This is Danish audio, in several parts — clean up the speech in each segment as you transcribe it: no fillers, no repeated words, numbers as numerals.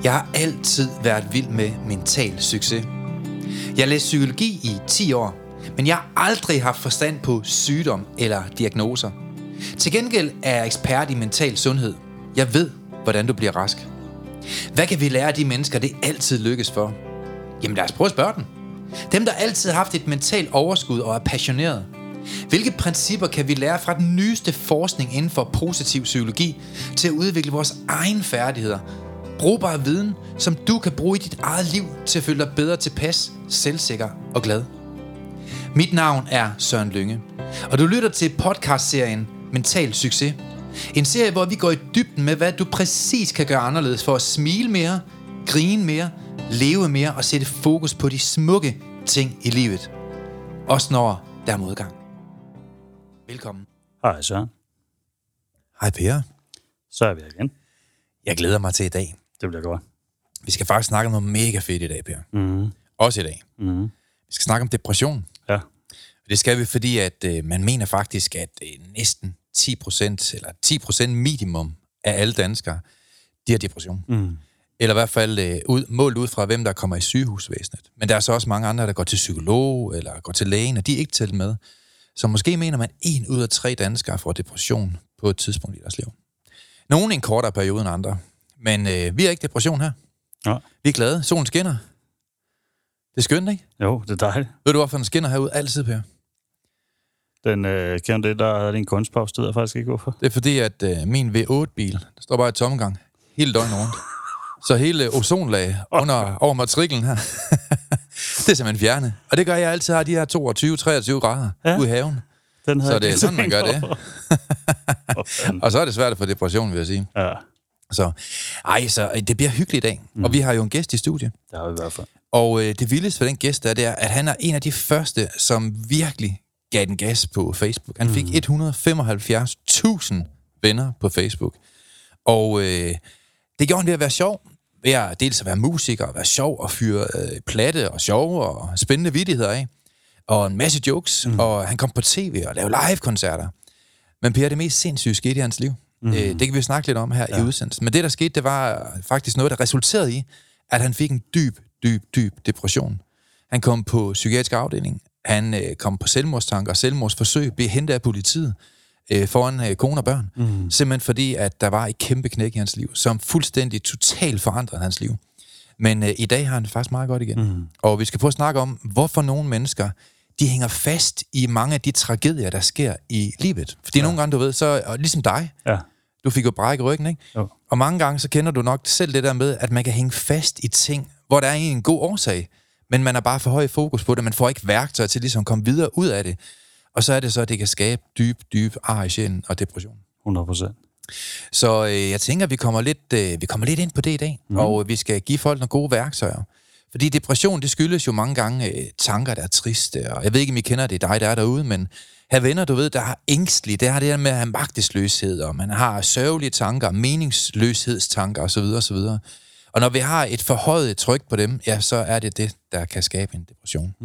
Jeg har altid været vild med mental succes. Jeg læste psykologi i 10 år, men jeg har aldrig haft forstand på sygdom eller diagnoser. Til gengæld er jeg ekspert i mental sundhed. Jeg ved, hvordan du bliver rask. Hvad kan vi lære af de mennesker, det altid lykkes for? Jamen lad os prøve at spørge dem. Dem, der altid har haft et mentalt overskud og er passioneret. Hvilke principper kan vi lære fra den nyeste forskning inden for positiv psykologi til at udvikle vores egne færdigheder? Brugbar viden, som du kan bruge i dit eget liv til at føle dig bedre tilpas, selvsikker og glad. Mit navn er Søren Lynge, og du lytter til podcastserien Mental Succes. En serie, hvor vi går i dybden med, hvad du præcis kan gøre anderledes for at smile mere, grine mere, leve mere og sætte fokus på de smukke ting i livet. Også når der er modgang. Velkommen. Hej Søren. Hej Per. Så er vi igen. Jeg glæder mig til i dag. Det bliver godt. Vi skal faktisk snakke om noget mega fedt i dag, Per. Mm-hmm. Også i dag. Mm-hmm. Vi skal snakke om depression. Ja. Det skal vi, fordi at man mener faktisk, at næsten 10% eller 10% minimum af alle danskere, de har depression. Mm. Eller i hvert fald målt ud fra, hvem der kommer i sygehusvæsenet. Men der er så også mange andre, der går til psykolog eller går til lægen, og de er ikke tælt med. Så måske mener man, 1 ud af 3 danskere får depression på et tidspunkt i deres liv. Nogle i en kortere periode end andre. Men vi har ikke depression her. Ja. Vi er glade. Solen skinner. Det er skønt, ikke? Jo, det er dejligt. Ved du, hvorfor den skinner herude altid, Per? Den kender det, der er en kunstpause, det er faktisk ikke hvorfor. Det er fordi, at min V8-bil, der står bare i tomgang hele døgnet rundt. Så hele ozonlag over matriklen her, det er simpelthen fjernet. Og det gør, at jeg altid har de her 22-23 grader ude i haven. Så det er sådan, man gør det. Og så er det svært at få depression, vil jeg sige. Ja. Så det bliver hyggeligt i dag. Og vi har jo en gæst i studiet. Det har vi i hvert fald. Og det vildeste for den gæst det er, at han er en af de første, som virkelig gav den gas på Facebook. Han fik 175.000 venner på Facebook. Og det gjorde han ved at være sjov. Ved at dels at være musiker og være sjov og fyre platte og sjove og spændende vittigheder af. Og en masse jokes. Og han kom på tv og lavede live-koncerter. Men Per, det mest sindssyge skete i hans liv. Det kan vi snakke lidt om her i udsendelsen. Men det, der skete, det var faktisk noget, der resulterede i, at han fik en dyb depression. Han kom på psykiatrisk afdeling. Han kom på selvmordstanker og selvmordsforsøg, blev hentet af politiet foran kone og børn. Simpelthen fordi, at der var et kæmpe knæk i hans liv, som fuldstændig totalt forandrede hans liv. Men i dag har han det faktisk meget godt igen. Og vi skal prøve at snakke om, hvorfor nogle mennesker, de hænger fast i mange af de tragedier, der sker i livet. Fordi nogle gange, du ved, så ligesom dig, du fik jo brækket ryggen, ikke? Jo. Og mange gange, så kender du nok selv det der med, at man kan hænge fast i ting, hvor der er en god årsag, men man er bare for høj fokus på det, man får ikke værktøj til ligesom at komme videre ud af det. Og så er det så, at det kan skabe dyb ar i sjælen og depression. 100%. Så jeg tænker, at vi kommer lidt ind på det i dag, og vi skal give folk nogle gode værktøjer. Fordi depression, det skyldes jo mange gange tanker, der er triste, og jeg ved ikke, om I kender det, dig der er derude, men her venner, du ved, der er ængstlige, det har det her med at have magtesløshed, og man har sørgelige tanker, meningsløshedstanker osv. osv. Og når vi har et forhøjet tryk på dem, ja, så er det, der kan skabe en depression.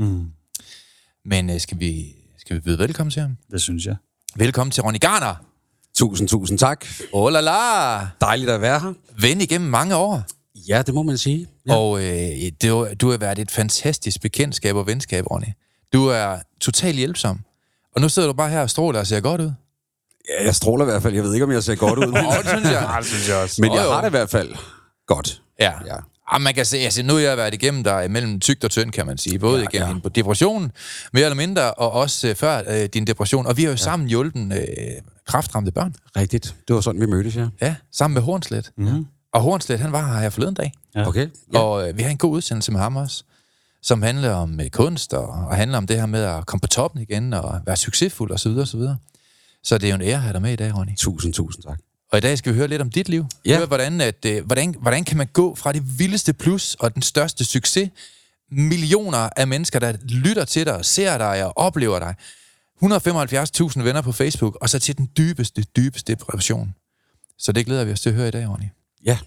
Men skal vi byde velkommen til ham? Det synes jeg. Velkommen til Ronny Garner. Tusind tak. Oh la la. Dejligt at være her. Ven igennem mange år. Ja, det må man sige. Ja. Og du har været et fantastisk bekendtskab og venskab, Ronny. Du er totalt hjælpsom. Og nu sidder du bare her og stråler og ser godt ud. Ja, jeg stråler i hvert fald. Jeg ved ikke, om jeg ser godt ud. Det synes jeg. Det synes jeg også. Men jeg har det i hvert fald godt. Ja. Man kan se, altså nu har jeg været igennem der mellem tykt og tynd, kan man sige. Både igennem din depression, mere eller mindre, og også før din depression. Og vi har jo sammen hjulpet kræftramte børn. Rigtigt. Det var sådan, vi mødtes, ja. Ja, sammen med Hornslet. Og Hornslet, han var her forleden dag. Ja. Okay. Ja. Og vi har en god udsendelse med ham også, som handler om kunst, og handler om det her med at komme på toppen igen, og være succesfuld, og så videre, og så videre. Så det er jo en ære at have dig med i dag, Ronny. Tusind tak. Og i dag skal vi høre lidt om dit liv. Ja. Høre, hvordan kan man gå fra det vildeste plus og den største succes, millioner af mennesker, der lytter til dig, ser dig og oplever dig, 175.000 venner på Facebook, og så til den dybeste depression. Så det glæder vi os til at høre i dag, Ronny. Ja.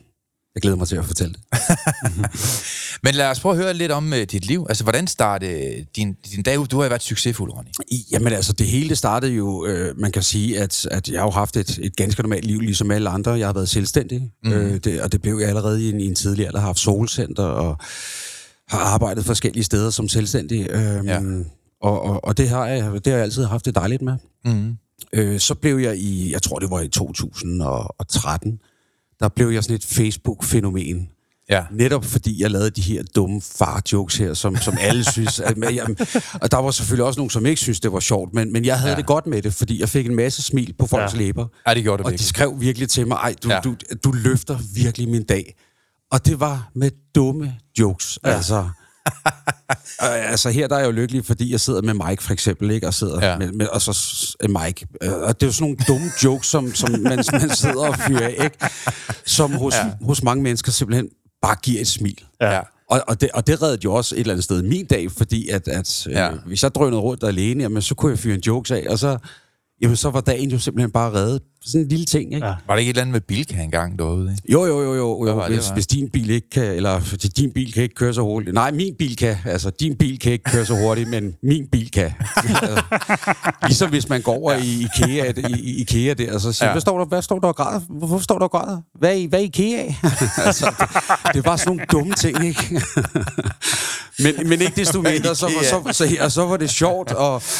Jeg glæder mig til at fortælle det. Men lad os prøve at høre lidt om dit liv. Altså, hvordan startede din dag ud? Du har jo været succesfuld, Ronny. Jamen altså, det hele startede jo, man kan sige, at jeg har jo haft et ganske normalt liv, ligesom alle andre. Jeg har været selvstændig, og det blev jeg allerede i en tidlig alder. Jeg har haft solcenter og har arbejdet forskellige steder som selvstændig. Og det har jeg altid haft det dejligt med. Så blev jeg jeg tror det var i 2013, der blev jeg sådan et Facebook-fænomen. Ja. Netop fordi jeg lavede de her dumme far-jokes her, som alle synes. Og der var selvfølgelig også nogen, som ikke synes, det var sjovt, men jeg havde det godt med det, fordi jeg fik en masse smil på folks læber. Ja, det gjorde det og virkelig. de skrev virkelig til mig, ej, du løfter virkelig min dag. Og det var med dumme jokes. Ja. Altså her der er jeg jo lykkelig, fordi jeg sidder med Mike for eksempel, ikke? Og sidder med og så Mike. Og det er jo sådan nogle dumme jokes, som man sidder og fyrer af, ikke? Som hos mange mennesker simpelthen bare giver et smil. Ja. Og det reddede jo også et eller andet sted min dag, fordi hvis jeg drønede rundt alene, jamen, så kunne jeg fyre en jokes af, og så var dagen jo simpelthen bare reddet. Sådan en lille ting, ikke? Ja. Var det ikke et eller andet med Bilka engang derude, ikke? Jo. Hvis din bil ikke kan, eller din bil kan ikke køre så hurtigt. Nej, min bil kan. Altså, din bil kan ikke køre så hurtigt, men min bil kan. Ligesom hvis man går over i IKEA der, og så siger, hvad står der og græder? Hvorfor står der og græder? Hvad er IKEA? Altså, det var sådan nogle dumme ting, ikke? men ikke desto mindre, så var det sjovt,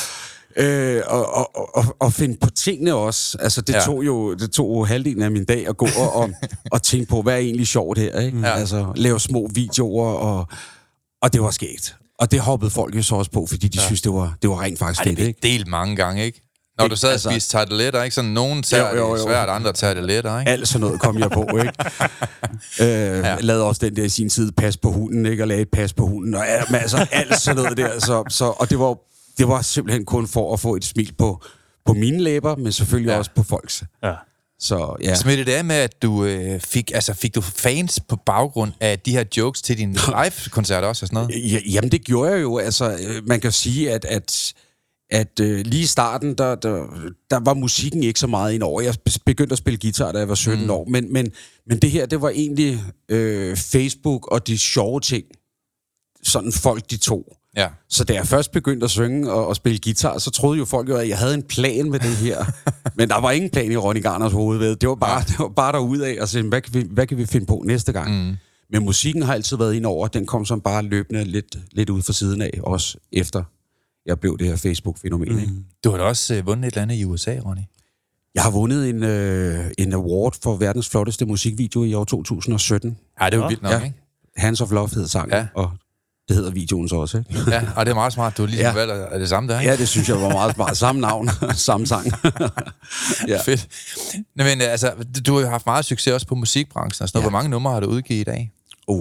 og finde på tingene også. Altså, det tog halvdelen af min dag at gå og tænke på, hvad er egentlig sjovt her, ikke? Ja. Altså, lave små videoer, og det var skægt. Og det hoppede folk jo så også på, fordi de synes, det var rent faktisk fedt, ikke? Det blev delt mange gange, ikke? Når du sad og spiste tarteletter, ikke? Sådan nogen tager det svært, andre tager det lettere, ikke? Alt sådan noget kom jeg på, ikke? Lavede også den der i sin tid, pas på hunden, ikke? Og lagde et pas på hunden, og altså, alt sådan noget der. Og det var simpelthen kun for at få et smil på mine læber, men selvfølgelig også på folks. Ja. Så smittede det af med, at du fik du fans på baggrund af de her jokes til din live-koncert også og sådan noget? Jamen, det gjorde jeg jo. Altså, man kan sige, at lige i starten, der var musikken ikke så meget ind over. Jeg begyndte at spille guitar, da jeg var 17 år. Men det her, det var egentlig Facebook og de sjove ting, sådan folk de tog. Ja. Så da jeg først begyndte at synge og spille guitar, så troede jo folk jo, at jeg havde en plan med det her. Men der var ingen plan i Ronny Garners hoved, ved. Det var bare derudad og sige, hvad kan vi finde på næste gang? Men musikken har altid været ind over. Den kom som bare løbende lidt ud fra siden af, også efter jeg blev det her Facebook-fænomen. Ikke? Du har da også vundet et eller andet i USA, Ronny. Jeg har vundet en award for verdens flotteste musikvideo i år 2017. Ja, det er jo vildt nok, ikke? Hands of Love hed sangen, og det hedder videoen så også, ikke? Ja, og det er meget smart. Du har ligesom valgt af det samme der, ikke? Ja, det synes jeg var meget smart. Samme navn, samme sang. Fedt. Men altså, du har jo haft meget succes også på musikbranchen og sådan noget. Hvor mange numre har du udgivet i dag?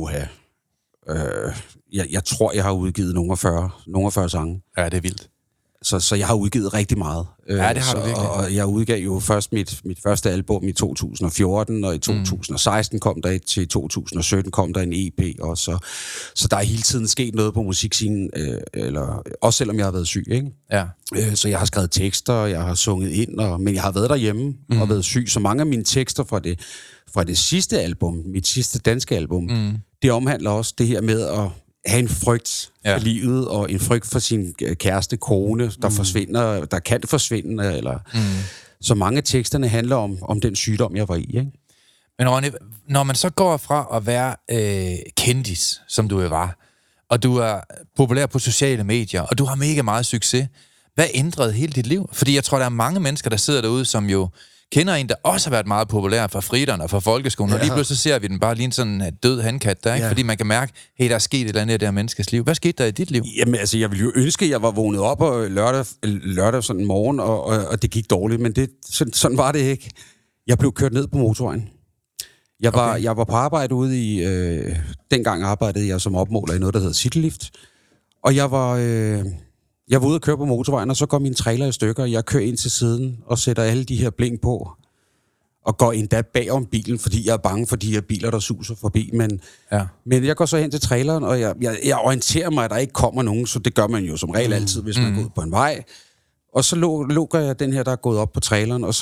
Jeg tror, jeg har udgivet nogle af 40 sange. Ja, det er vildt. Så jeg har udgivet rigtig meget. Ja, det har du virkelig. Og jeg udgav jo først mit første album i 2014, og i 2016 kom der et, til 2017 kom der en EP også. Så der er hele tiden sket noget på musikscenen, også selvom jeg har været syg, ikke? Ja. Så jeg har skrevet tekster, og jeg har sunget ind, men jeg har været derhjemme og været syg. Så mange af mine tekster fra det sidste album, mit sidste danske album, det omhandler også det her med at have en frygt for livet, og en frygt for sin kæreste, kone, der forsvinder, der kan forsvinde, eller... Så mange af teksterne handler om den sygdom, jeg var i, ikke? Men Ronny, når man så går fra at være kendis, som du var, og du er populær på sociale medier, og du har mega meget succes, hvad ændrede hele dit liv? Fordi jeg tror, der er mange mennesker, der sidder derude, som jo kender en, der også har været meget populær fra friderne og fra folkeskolen, og lige pludselig ser vi den bare lige en sådan død handkat der, ikke? Fordi man kan mærke, hey, der er sket et eller andet i det her menneskes liv. Hvad skete der i dit liv? Jamen, altså, jeg ville jo ønske, at jeg var vågnet op og lørdag sådan en morgen, og det gik dårligt, men sådan var det ikke. Jeg blev kørt ned på motorvejen. Jeg var på arbejde ude i... dengang arbejdede jeg som opmåler i noget, der hedder Citylift, og jeg var ude at køre på motorvejen, og så går min trailer i stykker, og jeg kører ind til siden og sætter alle de her blink på, og går endda bag om bilen, fordi jeg er bange for de her biler, der suser forbi. Men jeg går så hen til traileren, og jeg orienterer mig, at der ikke kommer nogen, så det gør man jo som regel altid, hvis man går ud på en vej. Og så lukker jeg den her, der er gået op på traileren, og så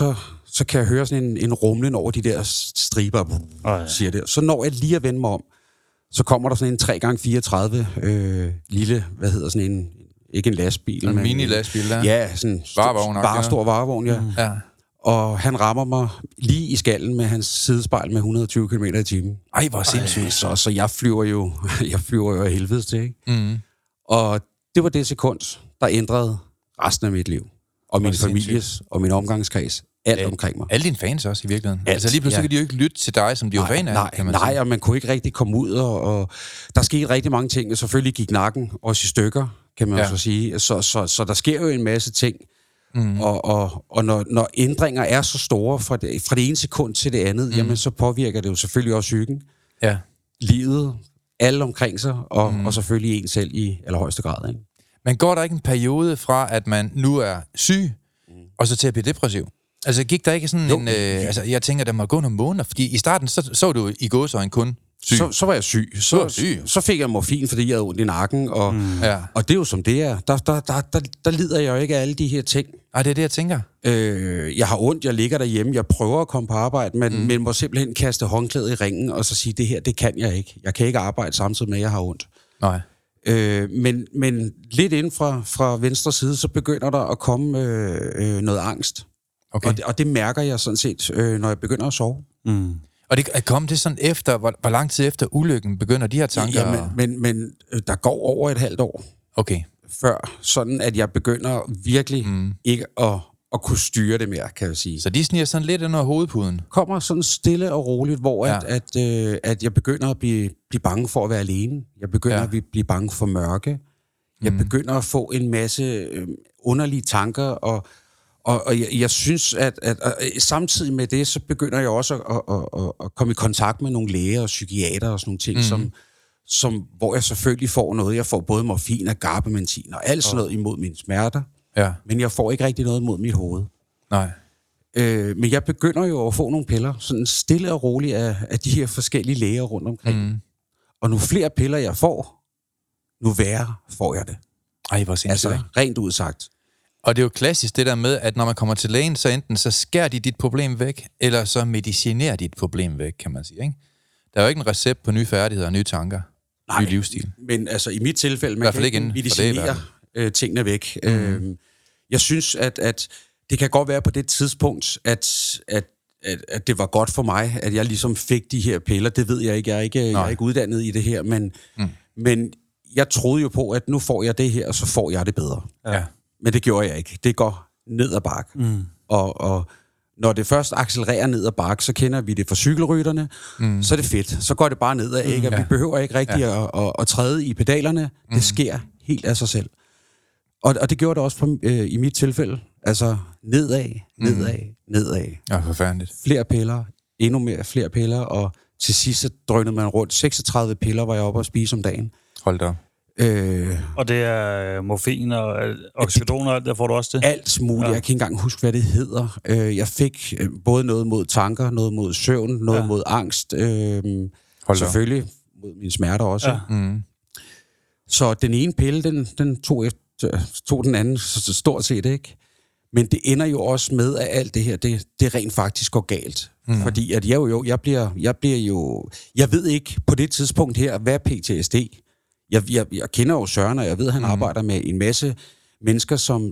så kan jeg høre sådan en rumlen over de der striber, siger det. Så når jeg lige at vende mig om, så kommer der sådan en 3x34 lille, hvad hedder sådan en, ikke en lastbil. En mini-lastbil, der? Ja, sådan en stor varevogn, ja. Og han rammer mig lige i skallen med hans sidespejl med 120 km i timen. Ej, hvor sindssygt. Så jeg flyver jo af helvedes til, ikke? Mm. Og det var det sekund, der ændrede resten af mit liv. Og min families, og min omgangskreds. Alt omkring mig. Alle dine fans også, i virkeligheden. Altså lige pludselig kan de jo ikke lytte til dig, som de jo fan af, kan man sige. Nej, og man kunne ikke rigtig komme ud, og der skete rigtig mange ting. Selvfølgelig gik nakken også i stykker, kan man så sige. Så der sker jo en masse ting. Mm. Og når ændringer er så store fra det ene sekund til det andet, jamen så påvirker det jo selvfølgelig også psyken. Ja. Livet, alle omkring sig, og selvfølgelig en selv i allerhøjeste grad, ikke? Men går der ikke en periode fra, at man nu er syg, og så til at blive depressiv? Altså gik der ikke sådan en... altså jeg tænker, der må gå nogle måneder, fordi i starten så du i gåseøjne kun syg. Så var jeg syg. Så fik jeg morfin, fordi jeg havde ondt i nakken, og det er jo som det er. Der lider jeg jo ikke af alle de her ting. Ej, det er det, jeg tænker. Jeg har ondt, jeg ligger derhjemme, jeg prøver at komme på arbejde, men må simpelthen kaste håndklædet i ringen, og så sige, det her, det kan jeg ikke. Jeg kan ikke arbejde samtidig med, at jeg har ondt. Nej. Men lidt inden fra venstre side, så begynder der at komme noget angst. Okay. Og det mærker jeg sådan set, når jeg begynder at sove. Mm. Og det kom det sådan efter, hvor lang tid efter ulykken begynder de her tanker? Ja, men der går over et halvt år. Okay. Før, sådan at jeg begynder virkelig ikke at kunne styre det mere, kan jeg sige. Så de sniger sådan lidt under hovedpuden? Kommer sådan stille og roligt, hvor at jeg begynder at blive bange for at være alene. Jeg begynder at blive bange for mørke. Jeg begynder at få en masse underlige tanker, og jeg synes, at samtidig med det, så begynder jeg også at komme i kontakt med nogle læger og psykiater og sådan nogle ting, hvor jeg selvfølgelig får noget. Jeg får både morfin og gabapentin og alt sådan noget imod mine smerter. Ja. Men jeg får ikke rigtig noget imod mit hoved. Nej. Men jeg begynder jo at få nogle piller, sådan stille og roligt af de her forskellige læger rundt omkring. Mm. Og nu flere piller jeg får, nu værre får jeg det. Ej, hvor sindssygt. Altså, rent ud sagt. Og det er jo klassisk det der med, at når man kommer til lægen, så enten så skærer de dit problem væk, eller så medicinerer dit problem væk, kan man sige, ikke? Der er jo ikke en recept på nye færdigheder og nye tanker, ny livsstil. Men altså i mit tilfælde, man kan ikke medicinere tingene væk. Jeg synes, at det kan godt være på det tidspunkt, at det var godt for mig, at jeg ligesom fik de her piller. Det ved jeg ikke. Jeg er ikke uddannet i det her, men jeg troede jo på, at nu får jeg det her, og så får jeg det bedre. Ja. Men det gjorde jeg ikke. Det går ned ad bakke. Og når det først accelererer ned ad bakke, så kender vi det fra cykelrytterne, så er det fedt. Så går det bare nedad, ikke? Og vi behøver ikke rigtig at træde i pedalerne. Det sker helt af sig selv. Og det gjorde det også i mit tilfælde. Altså nedad. Ja, forfærdeligt. Flere piller, flere piller, og til sidst så drønede man rundt. 36 piller var jeg oppe at spise om dagen. Hold da. Og det er morfin og oxycodon og alt, der får du også det? Alt muligt. Ja. Jeg kan ikke engang huske, hvad det hedder. Jeg fik både noget mod tanker, noget mod søvn, noget mod angst. Selvfølgelig mod mine smerter også. Ja. Mm. Så den ene pille, den tog den anden stort set, ikke? Men det ender jo også med, at alt det her, det rent faktisk går galt. Mm. Fordi at jeg bliver jo... Jeg ved ikke på det tidspunkt her, hvad PTSD. Jeg kender jo Søren, og jeg ved, at han arbejder med en masse mennesker,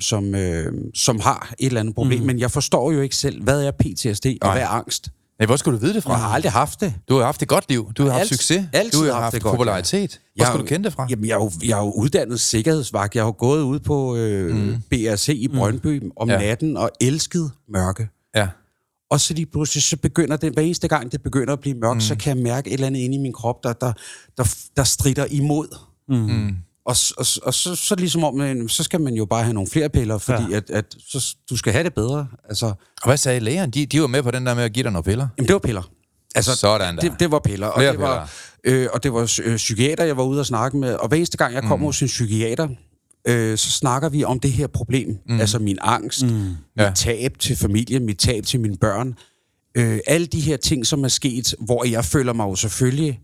som har et eller andet problem. Men jeg forstår jo ikke selv, hvad er PTSD og hvad er angst? Nej, hvor skulle du vide det fra? Jeg har aldrig haft det. Du har haft et godt liv. Du har haft succes. Du har haft popularitet. Hvor skulle du kende det fra? Jamen, jeg er jo uddannet sikkerhedsvagt. Jeg har gået ud på BRC i Brøndby om natten og elsket mørke. Ja. Og så lige pludselig, så begynder det, hver eneste gang det begynder at blive mørkt, så kan jeg mærke et eller andet inde i min krop, der stritter imod. Og så ligesom om, så skal man jo bare have nogle flere piller, fordi at så, du skal have det bedre. Altså, og hvad sagde lægeren? De var med på den der med at give dig nogle piller? Jamen, det var piller. Altså, sådan der. Det var piller. Og det var psykiater, jeg var ude og snakke med. Og hver eneste gang, jeg kom hos en psykiater, så snakker vi om det her problem. Altså min angst, mit tab til familien, mit tab til mine børn. Alle de her ting, som er sket, hvor jeg føler mig jo selvfølgelig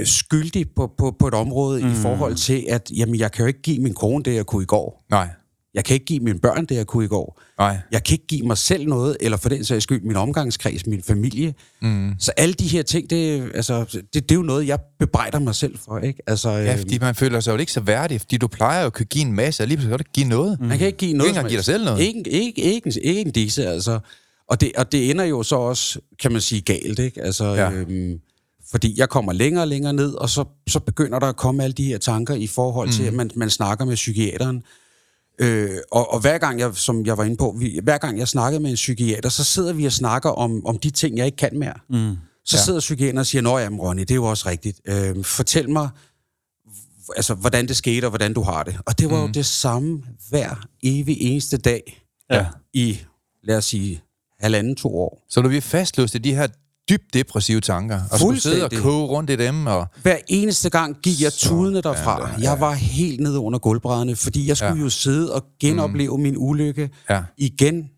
skyldig på et område i forhold til, at jamen, jeg kan jo ikke give min kone det, jeg kunne i går. Nej. Jeg kan ikke give mine børn det, jeg kunne i går. Nej. Jeg kan ikke give mig selv noget, eller for den sags skyld min omgangskreds, min familie. Så alle de her ting, det er jo noget, jeg bebrejder mig selv for, ikke? Altså, Ja, fordi man føler sig jo ikke så værdig, fordi du plejer jo at kunne give en masse, og lige pludselig kan du ikke give noget. Man kan ikke give noget. Du kan ikke give dig selv noget. Ikke en disse, altså. Og det ender jo så også, kan man sige, galt, ikke? Altså, fordi jeg kommer længere og længere ned, og så begynder der at komme alle de her tanker i forhold til, at man snakker med psykiateren. Og hver gang jeg, som jeg var inde på, hver gang jeg snakkede med en psykiater, så sidder vi og snakker om de ting, jeg ikke kan mere. Så sidder psykiateren og siger, nå jamen Ronny, det er jo også rigtigt. Fortæl mig, altså, hvordan det skete, og hvordan du har det. Og det var jo det samme hver evig eneste dag i, lad os sige, 1,5-2 år. Så du bliver fastlåst i de her dybt depressive tanker, og skulle sidde og koge rundt i dem. Og hver eneste gang gik jeg tudende derfra. Jeg var helt nede under gulvbrædderne, fordi jeg skulle jo sidde og genopleve min ulykke igen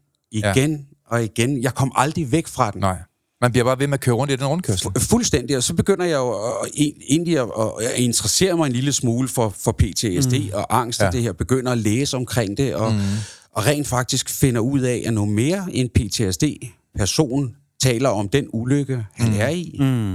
og igen. Jeg kom aldrig væk fra den. Nej. Man bliver bare ved med at køre rundt i den rundkørsel. Fuldstændig, og så begynder jeg jo egentlig at interessere mig en lille smule for PTSD og angst, og det her, begynder at læse omkring det, og rent faktisk finder ud af, at noget mere end PTSD-personen taler om den ulykke, han er i.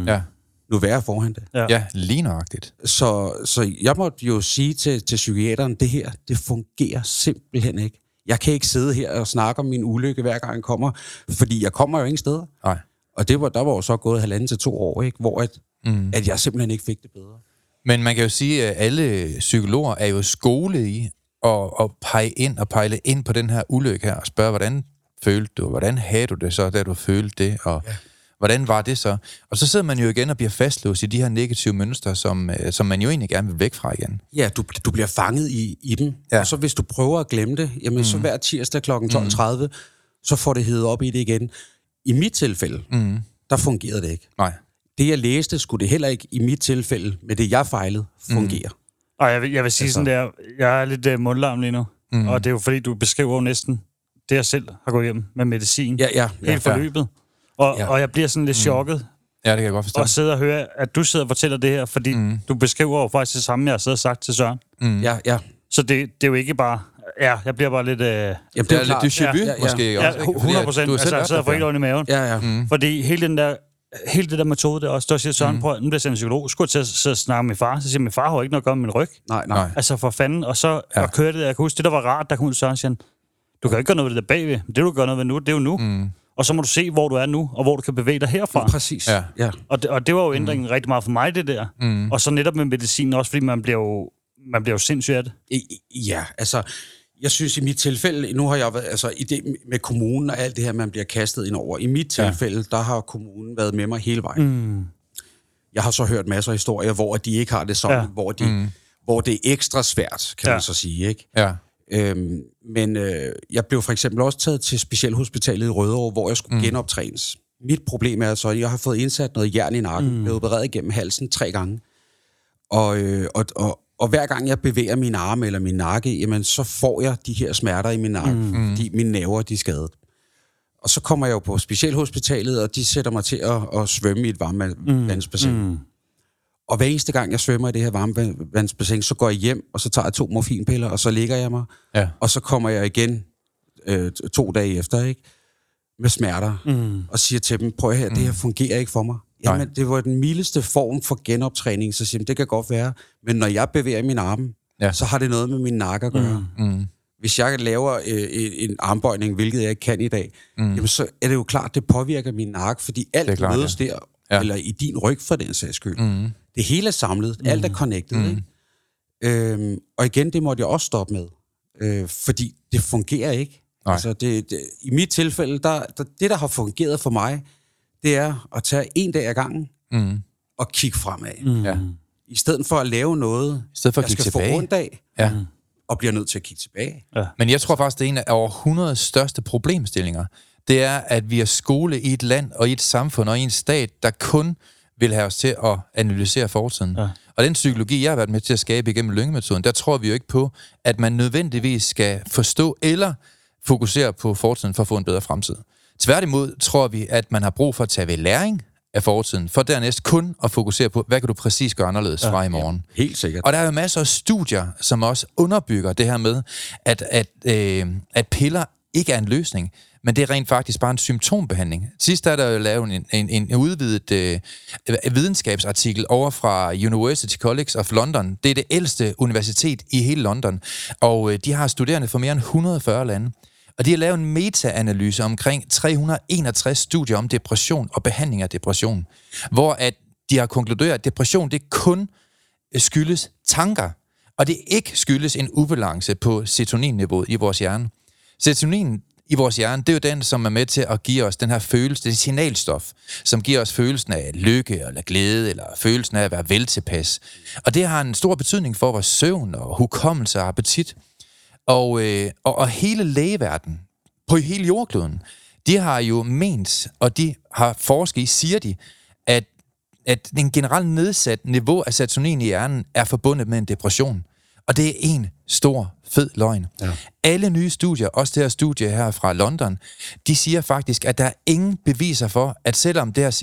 Nu være foran det. Ja, lige nøjagtigt. Så jeg måtte jo sige til psykiateren, det her, det fungerer simpelthen ikke. Jeg kan ikke sidde her og snakke om min ulykke, hver gang jeg kommer, fordi jeg kommer jo ingen steder. Nej. Og der var jo så gået 1,5-2 år, ikke? Hvor at jeg simpelthen ikke fik det bedre. Men man kan jo sige, at alle psykologer er jo skolet i at pejle ind på den her ulykke her, og spørge, hvordan følte du, hvordan havde du det så, da du følte det, og hvordan var det så? Og så sidder man jo igen og bliver fastlåst i de her negative mønstre, som man jo egentlig gerne vil væk fra igen. Ja, du bliver fanget i dem, og så hvis du prøver at glemme det, jamen så hver tirsdag kl. 12:30, så får det hedet op i det igen. I mit tilfælde, der fungerede det ikke. Nej. Det, jeg læste, skulle det heller ikke i mit tilfælde, med det, jeg fejlede, fungere. Og jeg vil sige sådan der, jeg er lidt mundlarm lige nu, og det er jo fordi, du beskriver jo næsten det, jeg selv har gået hjem med medicin. Helt forløbet. Og jeg bliver sådan lidt chokket. Ja, det kan jeg godt forstå. Og sidder og hører, at du sidder og fortæller det her, fordi du beskriver jo faktisk det samme, jeg har siddet og sagt til Søren. Ja. Så det er jo ikke bare... Ja, jeg bliver bare lidt... Jamen, det er lidt déjà vu, måske. Ja, 100%. Altså, jeg sidder og får helt ondt i maven. Ja. Fordi hele det der metode, der også, der siger Søren, prøv, nu bliver jeg en psykolog, skulle jeg til at snakke med min far, så siger min far har ikke noget at gøre med min ryg. Nej. Altså for fanden, og så kørte det, jeg kan huske, det der var rart, der kom ud Søren, siger, du kan jo ikke gøre noget ved det der bagved, det du gør noget ved nu, det er jo nu. Og så må du se, hvor du er nu, og hvor du kan bevæge dig herfra. Præcis, ja. Og det var jo ændringen rigtig meget for mig, det der. Og så netop med medicin også, fordi man bliver jo sindssyg af det. Ja, altså... Jeg synes i mit tilfælde, nu har jeg været, altså i det med kommunen og alt det her, man bliver kastet ind over. I mit tilfælde, der har kommunen været med mig hele vejen. Jeg har så hørt masser af historier, hvor de ikke har det sådan, hvor det er ekstra svært, kan man så sige, ikke? Ja. Men jeg blev for eksempel også taget til Specialhospitalet i Rødovre, hvor jeg skulle genoptrænes. Mit problem er så, at jeg har fået indsat noget jern i nakken, blevet opereret igennem halsen 3 gange. Og hver gang jeg bevæger mine arme eller min nakke, jamen, så får jeg de her smerter i min nakke, fordi mine nerver, de er skadet. Og så kommer jeg jo på Specialhospitalet, og de sætter mig til at svømme i et varmvandsbassin. Og hver eneste gang, jeg svømmer i det her varmvandsbassin, så går jeg hjem, og så tager jeg 2 morfinpiller, og så ligger jeg mig. Ja. Og så kommer jeg igen 2 dage efter, ikke? Med smerter, og siger til dem, prøv her, det her fungerer ikke for mig. Jamen, det var den mildeste form for genoptræning, så siger de, det kan godt være, men når jeg bevæger min arme, så har det noget med min nakke at gøre. Hvis jeg laver en armbøjning, hvilket jeg ikke kan i dag, jamen, så er det jo klart, det påvirker min nakke, fordi alt klart, mødes der, eller i din ryg for den sags skyld. Det hele er samlet, alt er connected, ikke? Og igen, det måtte jeg også stoppe med, fordi det fungerer ikke. Altså, i mit tilfælde, det der har fungeret for mig, det er at tage 1 dag ad gangen og kigge fremad. I stedet for at lave noget, jeg skal tilbage. Få ondt af, og bliver nødt til at kigge tilbage. Ja. Men jeg tror faktisk, det er en af århundredets største problemstillinger. Det er, at vi er skole i et land og i et samfund og i en stat, der kun vil have os til at analysere fortiden. Ja. Og den psykologi, jeg har været med til at skabe igennem Lynge-metoden, der tror vi jo ikke på, at man nødvendigvis skal forstå eller fokusere på fortiden for at få en bedre fremtid. Tværtimod tror vi, at man har brug for at tage ved læring af fortiden, for dernæst kun at fokusere på, hvad kan du præcis gøre anderledes fra i morgen. Ja, helt sikkert. Og der er jo masser af studier, som også underbygger det her med, at piller ikke er en løsning, men det er rent faktisk bare en symptombehandling. Sidst er der jo lavet en udvidet videnskabsartikel over fra University College of London. Det er det ældste universitet i hele London, og de har studerende fra mere end 140 lande. Og de har lavet en meta-analyse omkring 361 studier om depression og behandling af depression, hvor at de har konkluderet, at depression det kun skyldes tanker, og det ikke skyldes en ubalance på serotoninniveauet i vores hjerne. Serotonin i vores hjerne, det er jo den, som er med til at give os den her følelse, det er signalstof, som giver os følelsen af lykke eller glæde, eller følelsen af at være veltilpas. Og det har en stor betydning for vores søvn og hukommelse og appetit. Og hele lægeverdenen på hele jordkloden, de har jo ment, og de har forsket i, siger de, at en generelt nedsat niveau af serotonin i hjernen er forbundet med en depression. Og det er en stor, fed løgn. Ja. Alle nye studier, også det her studie her fra London, de siger faktisk, at der er ingen beviser for, at selvom det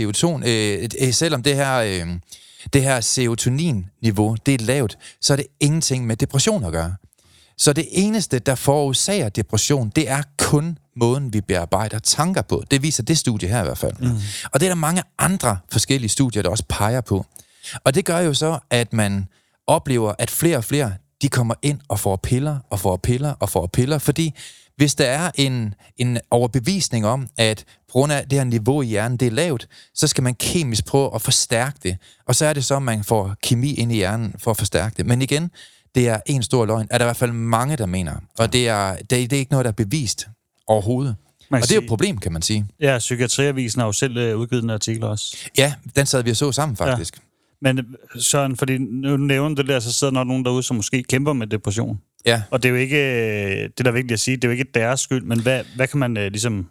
her serotonin-niveau, det er lavt, så er det ingenting med depression at gøre. Så det eneste, der forårsager depression, det er kun måden, vi bearbejder tanker på. Det viser det studie her i hvert fald. Og det er der mange andre forskellige studier, der også peger på. Og det gør jo så, at man oplever, at flere og flere, de kommer ind og får piller, og får piller, og får piller. Fordi hvis der er en overbevisning om, at på grund af det her niveau i hjernen, det er lavt, så skal man kemisk prøve at forstærke det. Og så er det så, at man får kemi ind i hjernen for at forstærke det. Men igen, det er en stor løgn. Er der i hvert fald mange, der mener. Og det er ikke noget, der er bevist overhovedet. Og det er jo et problem, kan man sige. Ja, Psykiatriavisen har jo selv udgivet en artikel også. Ja, den sad vi og så sammen, faktisk. Ja. Men Søren, fordi nu nævner det der, så sidder der nogen derude, som måske kæmper med depression. Ja. Og det er jo ikke, det der er vigtigt at sige, det er jo ikke deres skyld, men hvad kan man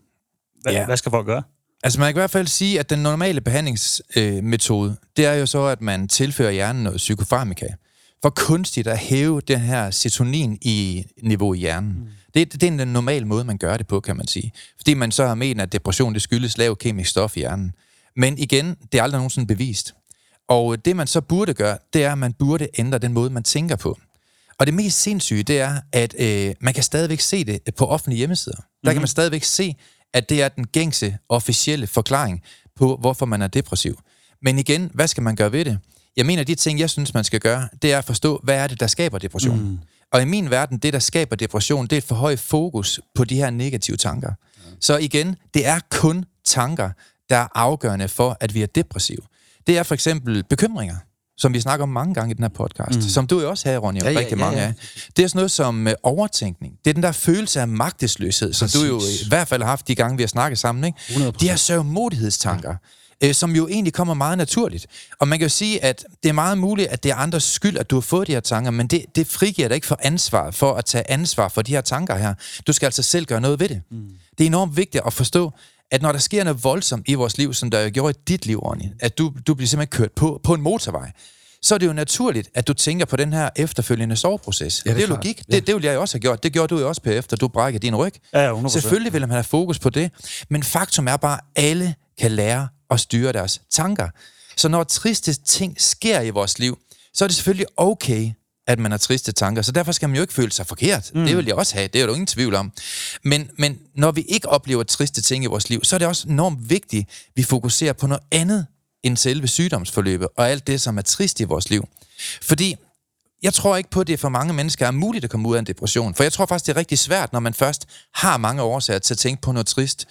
hvad skal folk gøre? Altså man kan i hvert fald sige, at den normale behandlingsmetode, det er jo så, at man tilfører hjernen noget psykofarmaka, for kunstigt at hæve den her serotonin-niveau i hjernen. Det er den normale måde, man gør det på, kan man sige. Fordi man så har ment, at depression, det skyldes lav kemisk stof i hjernen. Men igen, det er aldrig nogensinde bevist. Og det, man så burde gøre, det er, at man burde ændre den måde, man tænker på. Og det mest sindssyge, det er, at man kan stadigvæk se det på offentlige hjemmesider. Der kan man stadigvæk se, at det er den gængse, officielle forklaring på, hvorfor man er depressiv. Men igen, hvad skal man gøre ved det? Jeg mener, de ting, jeg synes, man skal gøre, det er at forstå, hvad er det, der skaber depression. Og i min verden, det, der skaber depression, det er et for højt fokus på de her negative tanker. Så igen, det er kun tanker, der er afgørende for, at vi er depressive. Det er for eksempel bekymringer, som vi snakker om mange gange i den her podcast, som du jo også havde, Ronny, rigtig mange af. Det er sådan noget som overtænkning. Det er den der følelse af magtesløshed, som du jo i hvert fald har haft de gange, vi har snakket sammen. Ikke? 100%. De her sørgmodighedstanker, som jo egentlig kommer meget naturligt. Og man kan jo sige, at det er meget muligt, at det er andres skyld, at du har fået de her tanker, men det frigiver dig ikke for ansvar, for at tage ansvar for de her tanker her. Du skal altså selv gøre noget ved det. Det er enormt vigtigt at forstå, at når der sker noget voldsomt i vores liv, som der jo gjorde i dit liv, Ronny, at du bliver simpelthen kørt på en motorvej, så er det jo naturligt, at du tænker på den her efterfølgende soveproces. Ja, det er logik. Ja. Det ville jeg jo også have gjort. Det gjorde du jo også på efter, du brækkede din ryg. Ja, 100%. Selvfølgelig vil man have fokus på det, men faktum er bare, at alle kan lære at styre deres tanker. Så når triste ting sker i vores liv, så er det selvfølgelig okay, at man har triste tanker. Så derfor skal man jo ikke føle sig forkert. Det vil jeg også have. Det er jo ingen tvivl om. Men når vi ikke oplever triste ting i vores liv, så er det også enormt vigtigt, at vi fokuserer på noget andet end selve sygdomsforløbet og alt det, som er trist i vores liv. Fordi jeg tror ikke på, at det for mange mennesker er muligt at komme ud af en depression. For jeg tror faktisk, det er rigtig svært, når man først har mange årsager til at tænke på noget trist.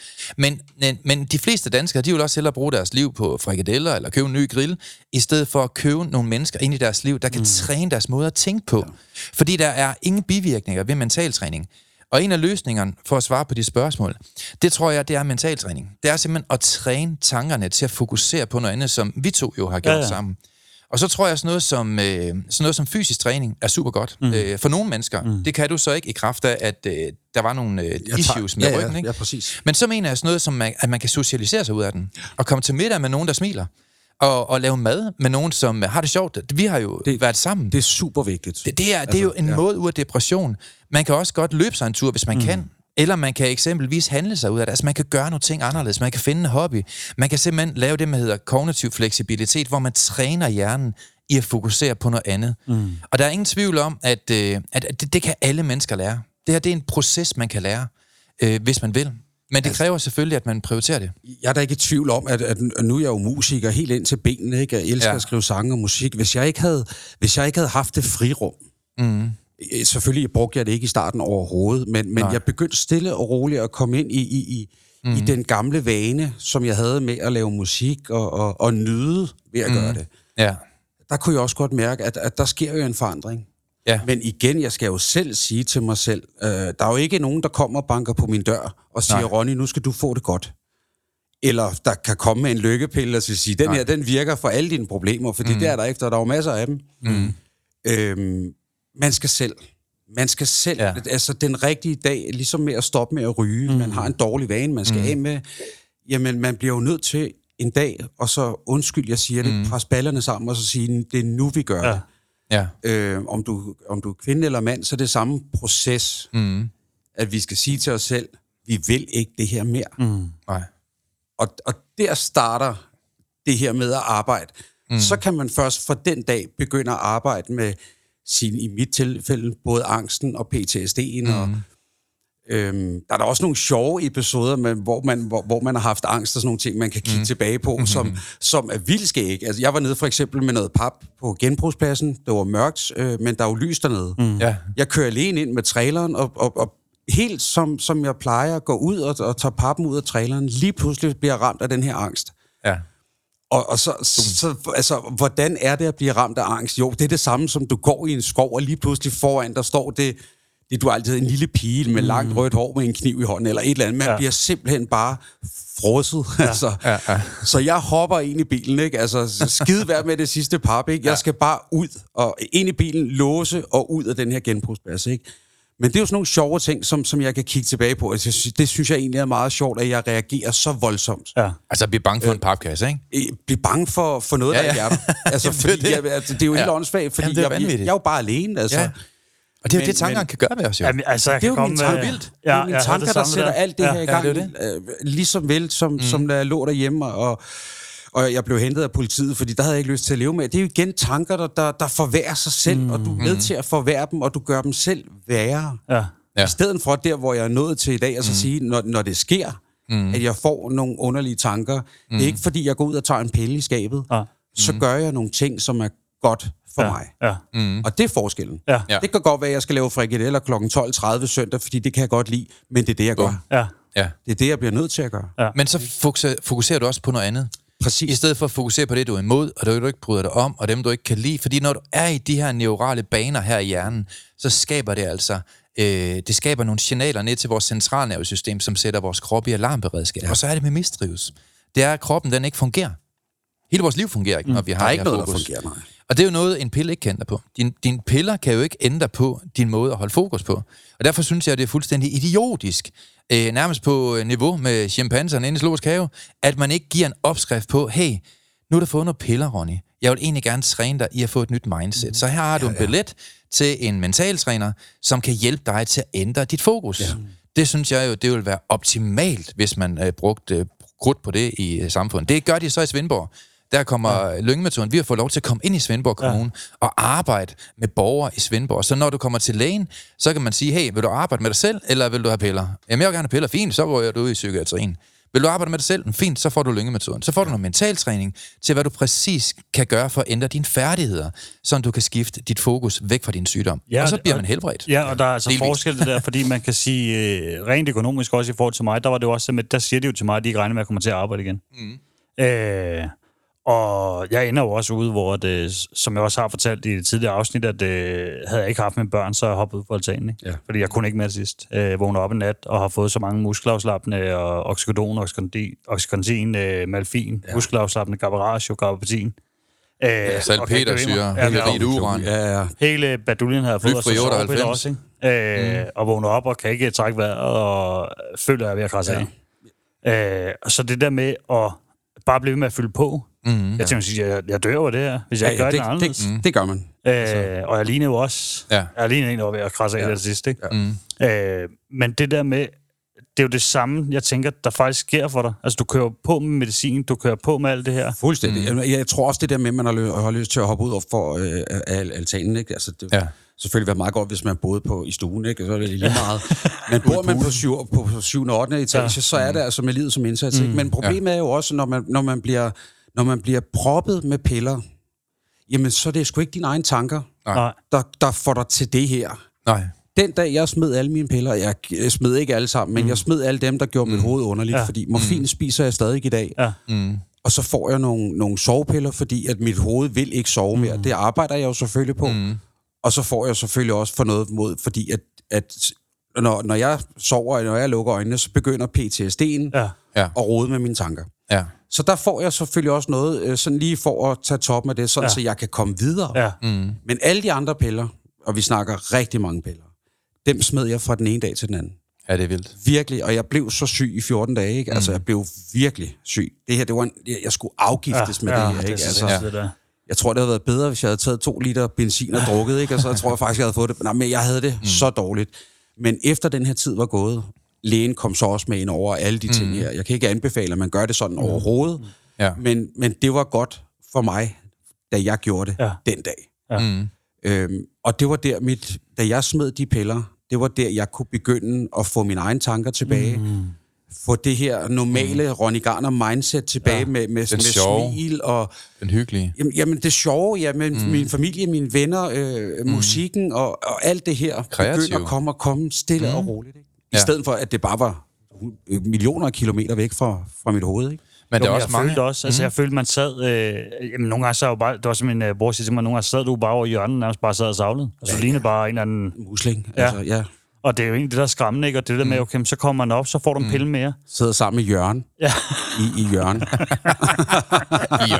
Men de fleste danskere, de vil også hellere bruge deres liv på frikadeller eller købe en ny grill, i stedet for at købe nogle mennesker ind i deres liv, der kan træne deres måde at tænke på. Fordi der er ingen bivirkninger ved mentaltræning. Og en af løsningerne for at svare på de spørgsmål, det tror jeg, det er mentaltræning. Det er simpelthen at træne tankerne til at fokusere på noget andet, som vi to jo har gjort sammen. Og så tror jeg, sådan noget som fysisk træning er super godt. For nogle mennesker, det kan du så ikke i kraft af, at der var nogle issues med ryggen. Ikke? Ja, præcis. Men så mener jeg sådan noget som, at man kan socialisere sig ud af den. Og komme til middag med nogen, der smiler. Og lave mad med nogen, som har det sjovt. Vi har jo været sammen. Det er super vigtigt. Det er jo en måde ud af depression. Man kan også godt løbe sig en tur, hvis man kan. Eller man kan eksempelvis handle sig ud af det. Altså man kan gøre nogle ting anderledes. Man kan finde en hobby. Man kan simpelthen lave det, man hedder kognitiv fleksibilitet, hvor man træner hjernen i at fokusere på noget andet. Og der er ingen tvivl om, at det kan alle mennesker lære. Det her, det er en proces, man kan lære, hvis man vil. Men det kræver selvfølgelig, at man prioriterer det. Jeg er da ikke i tvivl om, at nu er jeg jo musiker helt ind til benene, ikke? Jeg elsker at skrive sange og musik. Hvis jeg ikke havde haft det frirum, selvfølgelig brugte jeg det ikke i starten overhovedet, men jeg begyndte stille og roligt at komme ind i den gamle vane, som jeg havde med at lave musik og nyde ved at gøre det. Ja. Der kunne jeg også godt mærke, at der sker jo en forandring. Ja. Men igen, jeg skal jo selv sige til mig selv, der er jo ikke nogen, der kommer og banker på min dør og siger, Ronny, nu skal du få det godt. Eller der kan komme med en lykkepille og sige, den her, den virker for alle dine problemer, fordi det er der ikke, og der er jo masser af dem. Man skal selv, altså den rigtige dag, ligesom med at stoppe med at ryge, man har en dårlig vane, man skal af med, jamen man bliver jo nødt til en dag, og så undskyld, jeg siger det, pres ballerne sammen, og så sige, det er nu, vi gør det. Ja. Om du er kvinde eller mand, så er det samme proces, at vi skal sige til os selv, vi vil ikke det her mere. Nej. Og der starter det her med at arbejde. Så kan man først fra den dag begynde at arbejde med i mit tilfælde, både angsten og PTSD'en. Og, der er der også nogle sjove episoder, hvor man har haft angst og sådan nogle ting, man kan kigge tilbage på, som er vildskæg. Altså, jeg var nede for eksempel med noget pap på genbrugspladsen. Det var mørkt, men der er jo lys dernede. Jeg kører alene ind med traileren, og helt som jeg plejer at gå ud og tage pappen ud af traileren, lige pludselig bliver jeg ramt af den her angst. Ja. Og så altså, hvordan er det at blive ramt af angst? Jo, det er det samme, som du går i en skov, og lige pludselig foran, der står det du er altid en lille pige med langt rødt hår med en kniv i hånden, eller et eller andet. Man bliver simpelthen bare frosset. Altså. Så jeg hopper ind i bilen, ikke? Altså, skide værd med det sidste pap, ikke? Jeg skal bare ud, og ind i bilen, låse og ud af den her genbrugsplads, ikke? Men det er jo sådan nogle sjove ting, som jeg kan kigge tilbage på. Altså, det synes jeg egentlig er meget sjovt, at jeg reagerer så voldsomt. Ja. Altså at blive bange for en papkasse, ikke? Blive bange for noget, der ikke er der. Altså, fordi det er jo helt åndssvagt, fordi jeg er jo bare alene, altså. Ja. Og det er jo det, tankerne kan gøre ved os, jo. Jamen, altså, det er jo mine tanker, det er mine tanker, der sætter alt det her i gang. Ligesom vel, som der lå derhjemme, og jeg blev hentet af politiet, fordi der havde jeg ikke lyst til at leve med. Det er jo igen tanker, der forværrer sig selv, og du er med til at forværre dem, og du gør dem selv værre. I stedet for der, hvor jeg er nået til i dag, altså sige, når det sker, at jeg får nogle underlige tanker, det er ikke fordi, jeg går ud og tager en pille i skabet, så gør jeg nogle ting, som er godt for mig. Og det er forskellen. Det kan godt være, at jeg skal lave frikadeller kl. 12.30 søndag, fordi det kan jeg godt lide, men det er det, jeg gør. Det er det, jeg bliver nødt til at gøre. Men så fokuserer du også på noget andet. Præcis. I stedet for at fokusere på det, du er imod, og det du ikke bryder dig om, og dem, du ikke kan lide. Fordi når du er i de her neurale baner her i hjernen, så skaber det altså det skaber nogle signaler ned til vores centralnervesystem, som sætter vores krop i alarmberedskab. Og så er det med mistrives. Det er, at kroppen den ikke fungerer. Hele vores liv fungerer ikke, når vi har der er ikke noget, fokus. der fungerer, nej. Og det er jo noget, en pille ikke kan ændre på. Dine piller kan jo ikke ændre på din måde at holde fokus på. Og derfor synes jeg, at det er fuldstændig idiotisk, nærmest på niveau med chimpanserne inde i Zoologisk Have, at man ikke giver en opskrift på, hey, nu er der fået nogle piller, Ronny. Jeg vil egentlig gerne træne dig i at få et nyt mindset. Så her har du en billet til en mentaltræner, som kan hjælpe dig til at ændre dit fokus. Det synes jeg jo, det vil være optimalt, hvis man brugte krudt på det i samfundet. Det gør de så i Svendborg. Der kommer lyngemetoden. Vi har fået lov til at komme ind i Svendborg Kommune og arbejde med borgere i Svendborg. Så når du kommer til lægen, så kan man sige, hey, vil du arbejde med dig selv, eller vil du have piller? Jamen, jeg vil gerne have piller. Fint, så går jeg ud i psykiatrien. Vil du arbejde med dig selv? Fint, så får du lyngemetoden. Så får du noget mentaltræning til, hvad du præcis kan gøre for at ændre dine færdigheder, så du kan skifte dit fokus væk fra din sygdom. Og så bliver man helbredt. Ja, og der er altså forskel det der, fordi man kan sige, rent økonomisk også i forhold til mig, der var det også, der siger de jo til mig, at de ikke regner med at komme til at arbejde igen. Og jeg ender jo også ude, hvor det, som jeg også har fortalt i det tidligere afsnit, at havde jeg ikke haft mine børn, så jeg hoppet ud på altanen. Ikke? Fordi jeg kunne ikke mere sidst. Vågner op en nat og har fået så mange muskelafslappende og oxycodon, oxycontin, malfin, muskelafslappende, gabaratio, gabapentin. Salpetersyre, hele uran. Hele baduljen havde jeg fået, og så sovet også, ikke? Og vågner op og kan ikke trække vejret, og føler, at jeg er ved at krasse af. Så det der med at bare blive ved med at fylde på. Jeg tænker, jeg dør over det her, hvis jeg ikke gør det anderledes. Det gør man. Og jeg ligner jo også. Jeg ligner egentlig over ved at krasse af det sidste. Ikke? Men det der med det er jo det samme, jeg tænker, der faktisk sker for dig. Altså, du kører på med medicin, du kører på med alt det her. Fuldstændig. Jeg tror også, det der med, at man har lyst til at hoppe ud for altanen, ikke? Altså, det selvfølgelig være meget godt, hvis man boede i stuen, ikke? Så er det lige meget. Men bor man på 7. og 8. etage, så er det altså med livet som indsats, ikke? Men problemet er jo også, når man bliver proppet med piller, jamen, så er det sgu ikke dine egne tanker, der får dig til det her. Nej. Den dag, jeg smed alle mine piller, jeg smed ikke alle sammen, men jeg smed alle dem, der gjorde mit hoved underligt, fordi morfin spiser jeg stadig i dag. Ja. Og så får jeg nogle sovepiller, fordi at mit hoved vil ikke sove mere. Det arbejder jeg jo selvfølgelig på. Og så får jeg selvfølgelig også for noget mod, fordi at når jeg sover, og når jeg lukker øjnene, så begynder PTSD'en at rode med mine tanker. Ja. Så der får jeg selvfølgelig også noget, sådan lige for at tage toppen af det, sådan så jeg kan komme videre. Ja. Men alle de andre piller, og vi snakker rigtig mange piller, dem smed jeg fra den ene dag til den anden. Ja, det er vildt. Virkelig, og jeg blev så syg i 14 dage, ikke? Altså, jeg blev virkelig syg. Det her, det var jeg skulle afgiftes med det her, ikke? Altså, jeg tror, det havde været bedre, hvis jeg havde taget 2 liter benzin og drukket, ikke? Og så tror jeg faktisk, jeg havde fået det. Nej, men jeg havde det så dårligt. Men efter den her tid var gået, lægen kom så også med ind over alle de ting her. Jeg kan ikke anbefale, at man gør det sådan overhovedet. Ja. Men det var godt for mig, da jeg gjorde det den dag. Ja. Og det var der da jeg smed de piller, det var der, jeg kunne begynde at få mine egne tanker tilbage. Få det her normale Ronny Garner mindset tilbage med smil og... Den hyggelige. Jamen det sjove, min familie, mine venner, musikken og alt det her begynder at komme stille og roligt. Ikke? I stedet for, at det bare var millioner af kilometer væk fra mit hoved, ikke? Men det er også mange. Jeg følte, man sad... nogle gange sad jo bare... Det var som min bror siger til mig, nogle gange sad du bare over i hjørnet, nærmest bare sad og savlede. Og så lignede bare en eller anden... Musling. Altså, Og det er jo egentlig det, der er skræmmende, ikke? Og det der med, okay, så kommer man op, så får du en pille mere. Sidder sammen med Jørgen. Ja. I Jørgen. I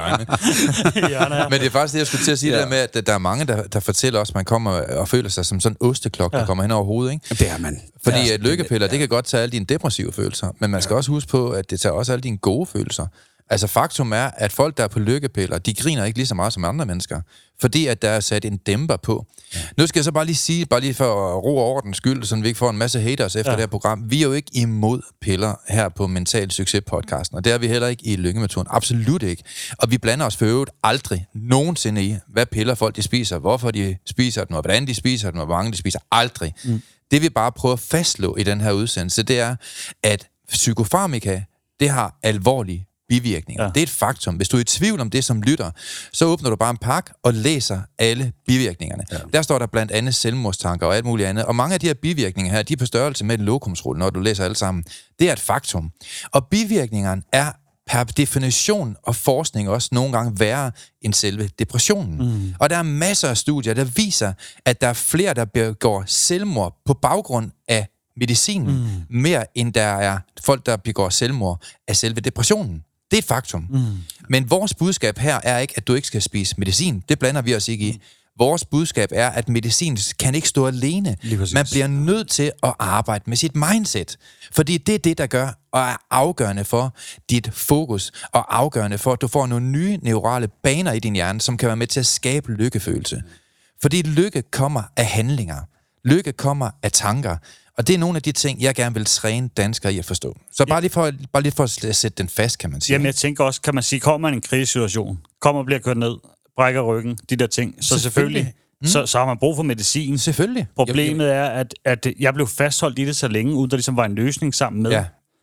Jørgen. Men det er faktisk det, jeg skulle til at sige, det der med, at der er mange, der fortæller os, at man kommer og føler sig som sådan en osteklok, der kommer hen over hovedet, ikke? Det er man. Fordi lykkepiller, det kan godt tage alle dine depressive følelser, men man skal også huske på, at det tager også alle dine gode følelser. Altså faktum er, at folk, der er på lykkepiller, de griner ikke lige så meget som andre mennesker, fordi at der er sat en dæmper på. Ja. Nu skal jeg så bare lige sige, bare lige for at ro over den skyld, så vi ikke får en masse haters efter det her program. Vi er jo ikke imod piller her på Mental Succes-podcasten, og det er vi heller ikke i lykkemetoden. Absolut ikke. Og vi blander os for øvrigt aldrig nogensinde i, hvad piller folk de spiser, hvorfor de spiser dem, og hvordan de spiser dem, og hvor mange de spiser. Aldrig. Det vi bare prøver at fastslå i den her udsendelse, det er, at psykofarmaka, det har alvorlige bivirkninger. Ja. Det er et faktum. Hvis du er i tvivl om det som lytter, så åbner du bare en pakke og læser alle bivirkningerne. Ja. Der står der blandt andet selvmordstanker og alt muligt andet. Og mange af de her bivirkninger her, de er på størrelse med et lokumsrulle, når du læser alle sammen. Det er et faktum. Og bivirkningerne er per definition og forskning også nogle gange værre end selve depressionen. Og der er masser af studier, der viser, at der er flere, der begår selvmord på baggrund af medicinen, mere end der er folk, der begår selvmord af selve depressionen. Det er et faktum. Men vores budskab her er ikke, at du ikke skal spise medicin. Det blander vi os ikke i. Vores budskab er, at medicin kan ikke stå alene. Man bliver nødt til at arbejde med sit mindset. Fordi det er det, der gør og er afgørende for dit fokus, og afgørende for, at du får nogle nye neurale baner i din hjerne, som kan være med til at skabe lykkefølelse. Fordi lykke kommer af handlinger. Lykke kommer af tanker. Og det er nogle af de ting, jeg gerne vil træne danskere i at forstå. Så bare lige for at sætte den fast, kan man sige. Jamen, jeg tænker også, kan man sige, kommer man i en krisesituation, kommer og bliver kørt ned, brækker ryggen, de der ting, så selvfølgelig så har man brug for medicin. Selvfølgelig. Problemet er, at jeg blev fastholdt i det så længe, uden der ligesom var en løsning sammen med. Ja.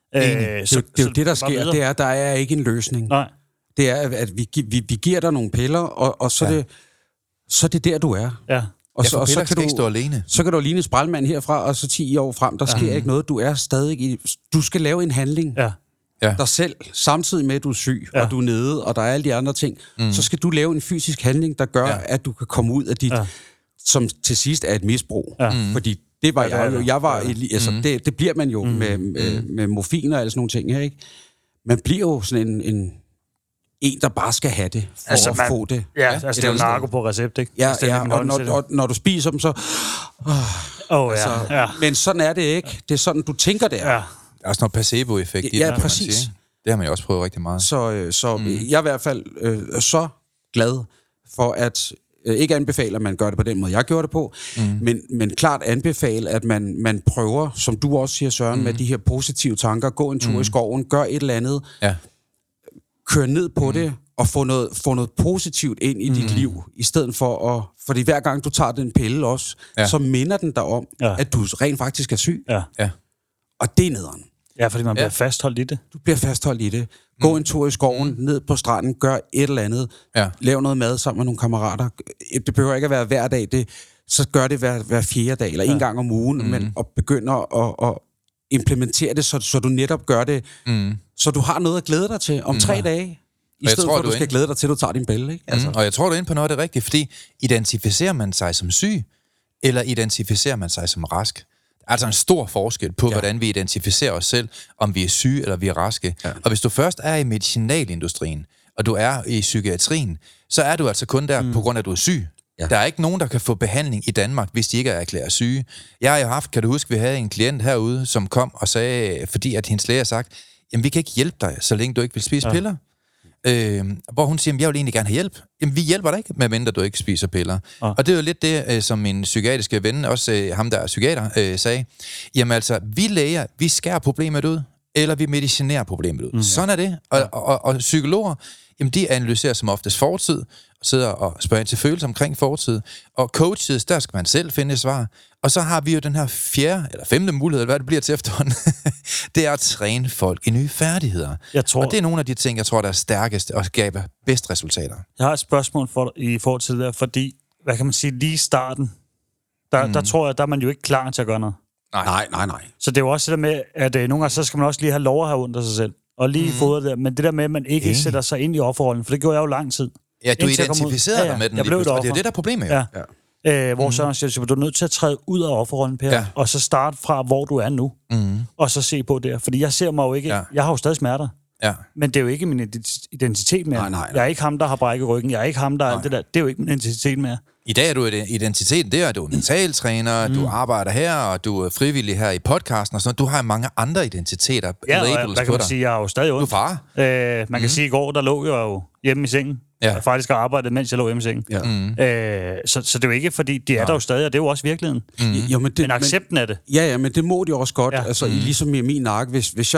Det er jo det, der sker. Det er, der er ikke en løsning. Nej. Det er, at vi giver dig nogle piller, og så er det der, du er. Ja. Og så kan du ikke stå alene. Så kan du ligne sprælmand herfra, og så 10 år frem, der sker ikke noget. Du er stadig i... Du skal lave en handling dig selv, samtidig med, at du er syg, og du er nede, og der er alle de andre ting. Så skal du lave en fysisk handling, der gør, at du kan komme ud af dit... som til sidst er et misbrug. Fordi det var jeg jo. Jeg var... Altså, det bliver man jo med morfin og alle sådan nogle ting her, ikke? Man bliver jo sådan en, der bare skal have det, for at få det. Ja, altså det er jo narko på recept, ikke? Ja, og når du spiser dem, så... Men sådan er det ikke. Det er sådan, du tænker, det er. Ja. Der er også noget placebo-effekt i det, præcis. Det har man jo også prøvet rigtig meget. Så jeg er i hvert fald så glad for, at Ikke anbefale, at man gør det på den måde, jeg gjorde det på, men klart anbefale, at man prøver, som du også siger, Søren, med de her positive tanker, gå en tur i skoven, gør et eller andet, kør ned på det, og få noget positivt ind i dit liv, i stedet for at... Fordi hver gang du tager den pille også, så minder den dig om, at du rent faktisk er syg. Ja. Og det er nederen. Ja, fordi man bliver fastholdt i det. Du bliver fastholdt i det. Gå en tur i skoven, ned på stranden, gør et eller andet. Lav noget mad sammen med nogle kammerater. Det behøver ikke at være hver dag. Så gør det hver 4. dag, eller en gang om ugen, men og begynder at implementere det, så du netop gør det, så du har noget at glæde dig til om 3 dage. I stedet for, at du skal glæde dig til, at du tager din pille, ikke? Altså. Og jeg tror, du er inde på noget af det rigtige, fordi identificerer man sig som syg, eller identificerer man sig som rask? Altså en stor forskel på, hvordan vi identificerer os selv, om vi er syge eller vi er raske. Ja. Og hvis du først er i medicinalindustrien, og du er i psykiatrien, så er du altså kun der på grund af, at du er syg. Ja. Der er ikke nogen, der kan få behandling i Danmark, hvis de ikke er erklæret syge. Jeg har jo haft, kan du huske, vi havde en klient herude, som kom og sagde, fordi at hendes læge har sagt, jamen vi kan ikke hjælpe dig, så længe du ikke vil spise piller. Hvor hun siger, jamen, jeg vil egentlig gerne have hjælp. Jamen, vi hjælper dig ikke, medmindre du ikke spiser piller. Og det er jo lidt det, som min psykiatriske ven, også ham der er psykiater, sagde. Jamen altså, vi læger, vi skærer problemet ud, eller vi medicinerer problemet ud. Sådan er det. Og psykologer, jamen, de analyserer som oftest fortid, og sidder og spørger ind til følelser omkring fortid. Og coaches, der skal man selv finde svar. Og så har vi jo den her 4. eller 5. mulighed, eller hvad det bliver til efterhånden. Det er at træne folk i nye færdigheder. Og det er nogle af de ting, jeg tror, der er stærkest og skaber bedst resultater. Jeg har et spørgsmål i forhold til det der, fordi, hvad kan man sige, lige i starten, der tror jeg, der er man jo ikke klar til at gøre noget. Nej. Så det er jo også det der med, at nogle gange, så skal man også lige have lov at have ondt af sig selv. Og lige fodre det der. Men det der med, at man ikke sætter sig ind i offerrollen, for det gjorde jeg jo lang tid. Ja, du identificerede dig med den. Jeg blev og det er det, der er problemet jo. Hvor så siger, du er nødt til at træde ud af offerrollen, Per, og så starte fra, hvor du er nu, og så se på det. Fordi jeg ser mig jo ikke... Jeg har jo stadig smerter, men det er jo ikke min identitet mere. Nej. Jeg er ikke ham, der har brækket ryggen. Jeg er ikke ham, der alt det der. Det er jo ikke min identitet mere. I dag er du identiteten der, du er mentaltræner, du arbejder her, og du er frivillig her i podcasten og sådan noget. Du har mange andre identiteter. Ja, og hvad kan man sige? Jeg har jo stadig ondt. Du er far. Man kan sige, i går, der lå jeg jo hjemme i sengen. Jeg faktisk har arbejdet, mens jeg lå hjemme i sengen. Så det er jo ikke, fordi de er der jo stadig, og det er jo også virkeligheden. Jo, men accepten af det. Ja, men det må de også godt. Altså, ligesom i min ark,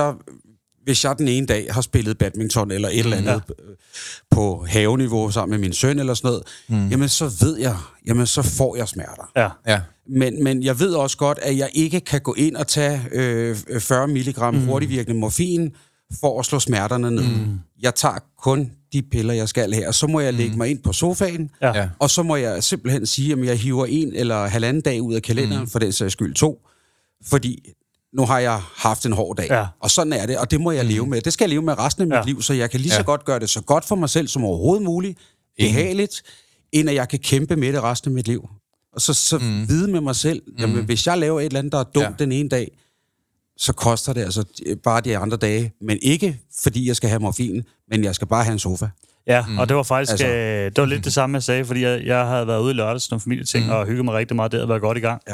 hvis jeg den ene dag har spillet badminton eller et eller andet på haveniveau sammen med min søn eller sådan noget, jamen så ved jeg, så får jeg smerter. Men jeg ved også godt, at jeg ikke kan gå ind og tage 40 milligram hurtigvirkende morfin for at slå smerterne ned. Jeg tager kun de piller, jeg skal have, og så må jeg lægge mig ind på sofaen, og så må jeg simpelthen sige, at jeg hiver 1 eller 1,5 dag ud af kalenderen, for den sags skyld 2, fordi nu har jeg haft en hård dag, og sådan er det, og det må jeg leve med. Det skal jeg leve med resten af mit liv, så jeg kan lige så godt gøre det så godt for mig selv som overhovedet muligt, behageligt, end at jeg kan kæmpe med det resten af mit liv. Og så vide med mig selv, jamen hvis jeg laver et eller andet, der er dumt den ene dag, så koster det altså bare de andre dage, men ikke fordi jeg skal have morfin, men jeg skal bare have en sofa. Ja, og det var faktisk det var lidt det samme, jeg sagde, fordi jeg havde været ude i lørdags nogle familieting, og hygget mig rigtig meget der, og været godt i gang.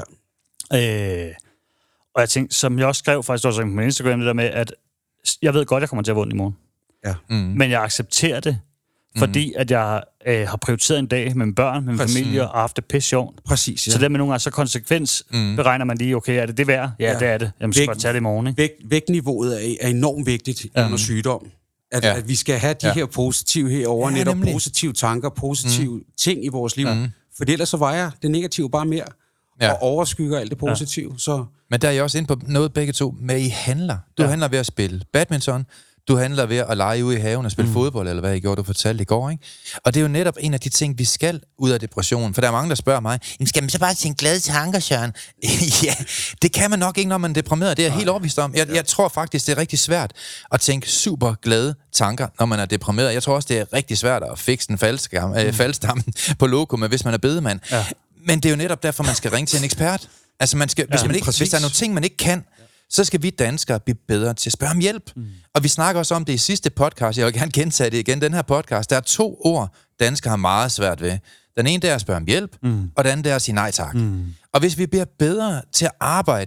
Og jeg tænkte, som jeg også skrev faktisk også på min Instagram, det der med, at jeg ved godt, jeg kommer til at have ondt i morgen. Men jeg accepterer det, fordi at jeg har prioriteret en dag med mine børn, med min familie, og haft det pisse sjovt. Præcis, Så det med nogle gange, så konsekvens beregner man lige, okay, er det værd? Ja, det er det. Jamen, så skal jeg tage det i morgen, ikke? Vægtniveauet er enormt vigtigt under sygdom. At vi skal have de her positive herovre, netop positive tanker, positive ting i vores liv. For ellers så vejer det negative bare mere. Og overskygger alt det positive. Så. Men der er jeg også inde på noget begge to, med I handler. Du handler ved at spille badminton, du handler ved at lege ude i haven og spille fodbold, eller hvad I gjorde, du fortalte i går, ikke? Og det er jo netop en af de ting, vi skal ud af depressionen. For der er mange, der spørger mig, skal man så bare tænke glade tanker, Søren? Ja, det kan man nok ikke, når man er deprimeret. Det er jeg helt overbevist om. Jeg tror faktisk, det er rigtig svært at tænke super glade tanker, når man er deprimeret. Jeg tror også, det er rigtig svært at fikse den faldstamme på lokummet, hvis man er bedemand. Men det er jo netop derfor, man skal ringe til en ekspert. Altså, hvis der er nogle ting, man ikke kan, så skal vi danskere blive bedre til at spørge om hjælp. Og vi snakker også om det i sidste podcast. Jeg vil gerne gentage det igen. Den her podcast, der er 2 ord, danskere har meget svært ved. Den ene, der er at spørge om hjælp, og den anden, der er at sige nej tak. Og hvis vi bliver bedre til at arbejde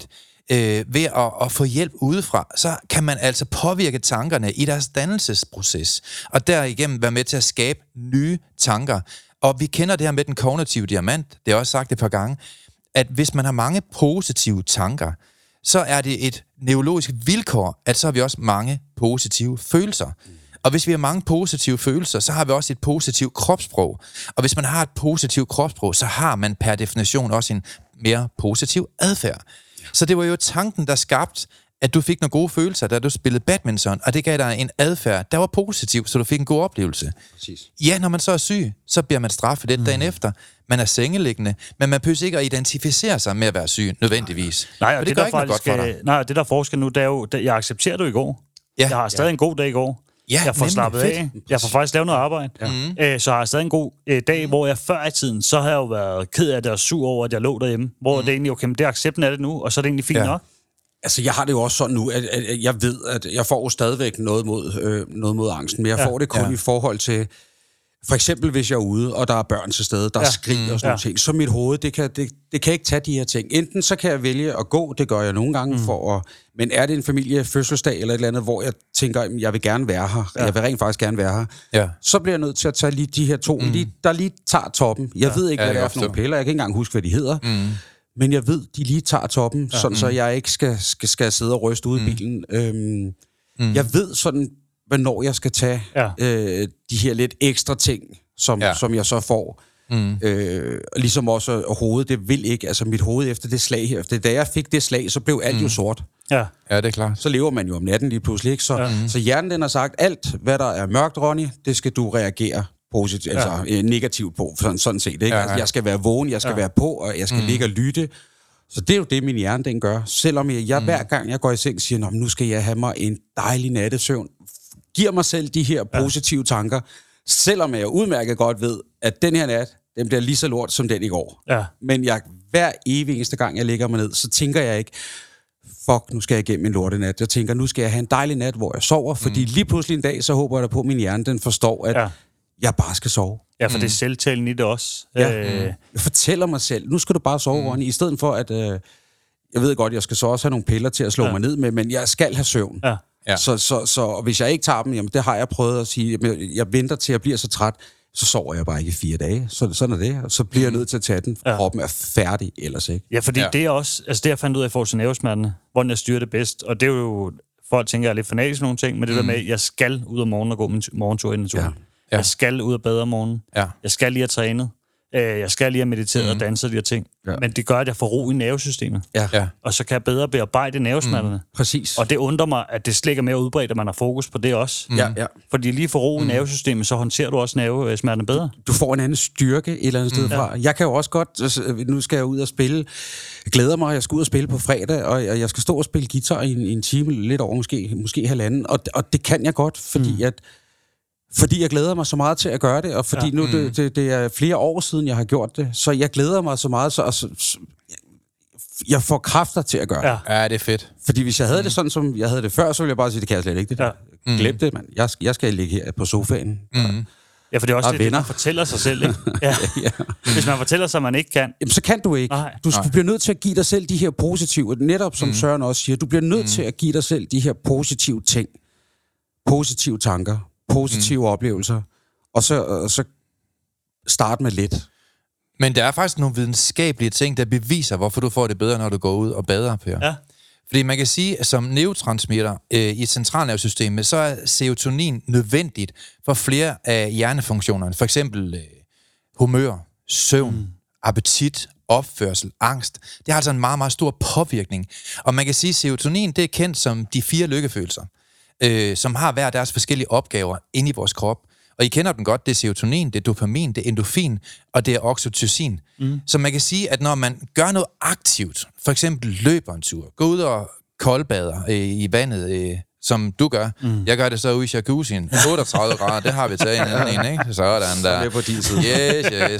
ved at få hjælp udefra, så kan man altså påvirke tankerne i deres dannelsesproces, og derigennem være med til at skabe nye tanker. Og vi kender det her med den kognitive diamant, det er også sagt et par gange, at hvis man har mange positive tanker, så er det et neurologisk vilkår, at så har vi også mange positive følelser. Og hvis vi har mange positive følelser, så har vi også et positivt kropssprog. Og hvis man har et positivt kropssprog, så har man per definition også en mere positiv adfærd. Så det var jo tanken, der skabte, at du fik nogle gode følelser, da du spillede badminton, og det gav dig en adfærd, der var positiv, så du fik en god oplevelse. Præcis. Ja, når man så er syg, så bliver man straffet lidt dagen efter. Man er sengeliggende, men man behøver ikke at identificere sig med at være syg, nødvendigvis. Nej, og det gør ikke noget godt for dig. Nej, det der forskel nu, det er jo, jeg accepterer det i går. Ja. Jeg har stadig en god dag i går. Ja, jeg får nemlig. slappet Fedt. af. Jeg får faktisk lavet noget arbejde. Ja. Så har jeg stadig en god dag, hvor jeg før i tiden, så har jeg jo været ked af det og sur over, at jeg lå derhjemme. Hvor det egentlig, okay, men det er accepten af det nu, og så er det egentlig fint nok. Altså, jeg har det jo også sådan nu, at jeg ved, at jeg får jo stadigvæk noget mod angsten, men jeg får det kun i forhold til, for eksempel hvis jeg er ude, og der er børn til stede, der skriger og sådan nogle ting, så mit hoved, det kan ikke tage de her ting. Enten så kan jeg vælge at gå, det gør jeg nogle gange, men er det en familie, fødselsdag eller et eller andet, hvor jeg tænker, jeg vil gerne være her, jeg vil rent faktisk gerne være her, så bliver jeg nødt til at tage lige de her to, der lige tager toppen. Jeg ved ikke, hvad det er for nogle piller, jeg kan ikke engang huske, hvad de hedder. Men jeg ved, de lige tager toppen, sådan så jeg ikke skal sidde og ryste ude i bilen. Jeg ved sådan, hvornår jeg skal tage de her lidt ekstra ting, som jeg så får. Ligesom også hovedet, det vil ikke. Altså mit hoved efter det slag her. Da jeg fik det slag, så blev alt jo sort. Ja, det er klart. Så lever man jo om natten lige pludselig, ikke? Så hjernen den har sagt, alt hvad der er mørkt, Ronny, det skal du reagere positivt, altså negativt på, sådan set. Ikke? Altså, jeg skal være vågen, jeg skal være på, og jeg skal ligge og lytte. Så det er jo det, min hjerne den gør. Selvom jeg hver gang jeg går i seng siger, nu skal jeg have mig en dejlig nattesøvn, giver mig selv de her positive tanker, selvom jeg udmærket godt ved, at den her nat, den bliver lige så lort som den i går. Ja. Men hver evig eneste gang, jeg ligger mig ned, så tænker jeg ikke, fuck, nu skal jeg igennem en lortenat. Jeg tænker, nu skal jeg have en dejlig nat, hvor jeg sover, fordi lige pludselig en dag, så håber jeg da på, at min hjerne den forstår, at jeg bare skal sove. Ja, for det er selvtalen i det også. Jeg fortæller mig selv, nu skal du bare sove, Ronny, i stedet for at, jeg ved godt, jeg skal så også have nogle piller til at slå mig ned med, men jeg skal have søvn. Ja. Ja. Så hvis jeg ikke tager dem, jamen det har jeg prøvet at sige, jeg venter til jeg bliver så træt, så sover jeg bare ikke i 4 dage. Sådan er det, og så bliver jeg nødt til at tage den. Kroppen er færdig ellers, ikke? Ja, fordi det er også, altså det jeg fandt ud af i forhold til nervesmerterne, hvordan jeg styrer det bedst, og det er jo, folk tænker, jeg er lidt fanatisk nogle ting, men det der med, jeg skal ud om morgenen og gå min morgentur i naturen. Ja. Jeg skal ud og bade om morgenen. Ja. Jeg skal lige have trænet. Jeg skal lige have mediteret og danset de her ting. Ja. Men det gør, at jeg får ro i nervesystemet. Ja. Og så kan jeg bedre bearbejde nervesmerterne. Præcis. Og det undrer mig, at det slet ikke er mere udbredt, at man har fokus på det også. Ja. Fordi lige for ro i nervesystemet, så håndterer du også nervesmerterne bedre. Du får en anden styrke et eller andet sted fra. Jeg kan jo også godt, nu skal jeg ud og spille. Jeg glæder mig, jeg skal ud og spille på fredag, og jeg skal stå og spille guitar i en time, lidt over måske halvanden. Og det kan jeg godt, fordi jeg glæder mig så meget til at gøre det, og fordi nu det er flere år siden, jeg har gjort det, så jeg glæder mig så meget, så jeg får kræfter til at gøre det. Ja, det er fedt. Fordi hvis jeg havde det sådan, som jeg havde det før, så ville jeg bare sige, det kan jeg slet ikke. Glem det, mand. Jeg skal ligge her på sofaen. Ja, for det er også det, man fortæller sig selv, ikke? Ja. Hvis man fortæller sig, at man ikke kan. Jamen, så kan du ikke. Du bliver nødt til at give dig selv de her positive, netop som Søren også siger, du bliver nødt til at give dig selv de her positive ting. Positive tanker. Positive oplevelser, og så starte med lidt. Men der er faktisk nogle videnskabelige ting, der beviser, hvorfor du får det bedre, når du går ud og bader, Per. Ja. Fordi man kan sige, at som neurotransmitter i centralnervesystemet, så er serotonin nødvendigt for flere af hjernefunktionerne. For eksempel humør, søvn, appetit, opførsel, angst. Det har altså en meget, meget stor påvirkning. Og man kan sige, at serotonin, det er kendt som de 4 lykkefølelser, som har hver deres forskellige opgaver inde i vores krop. Og I kender dem godt, det er serotonin, det er dopamin, det er endorfin, og det er oxytocin. Så man kan sige, at når man gør noget aktivt, for eksempel løber en tur, går ud og koldbader i vandet, som du gør. Jeg gør det så ude i jacuzzien. 38 grader, det har vi taget en, ikke? Sådan der. Det er på din side. Yes.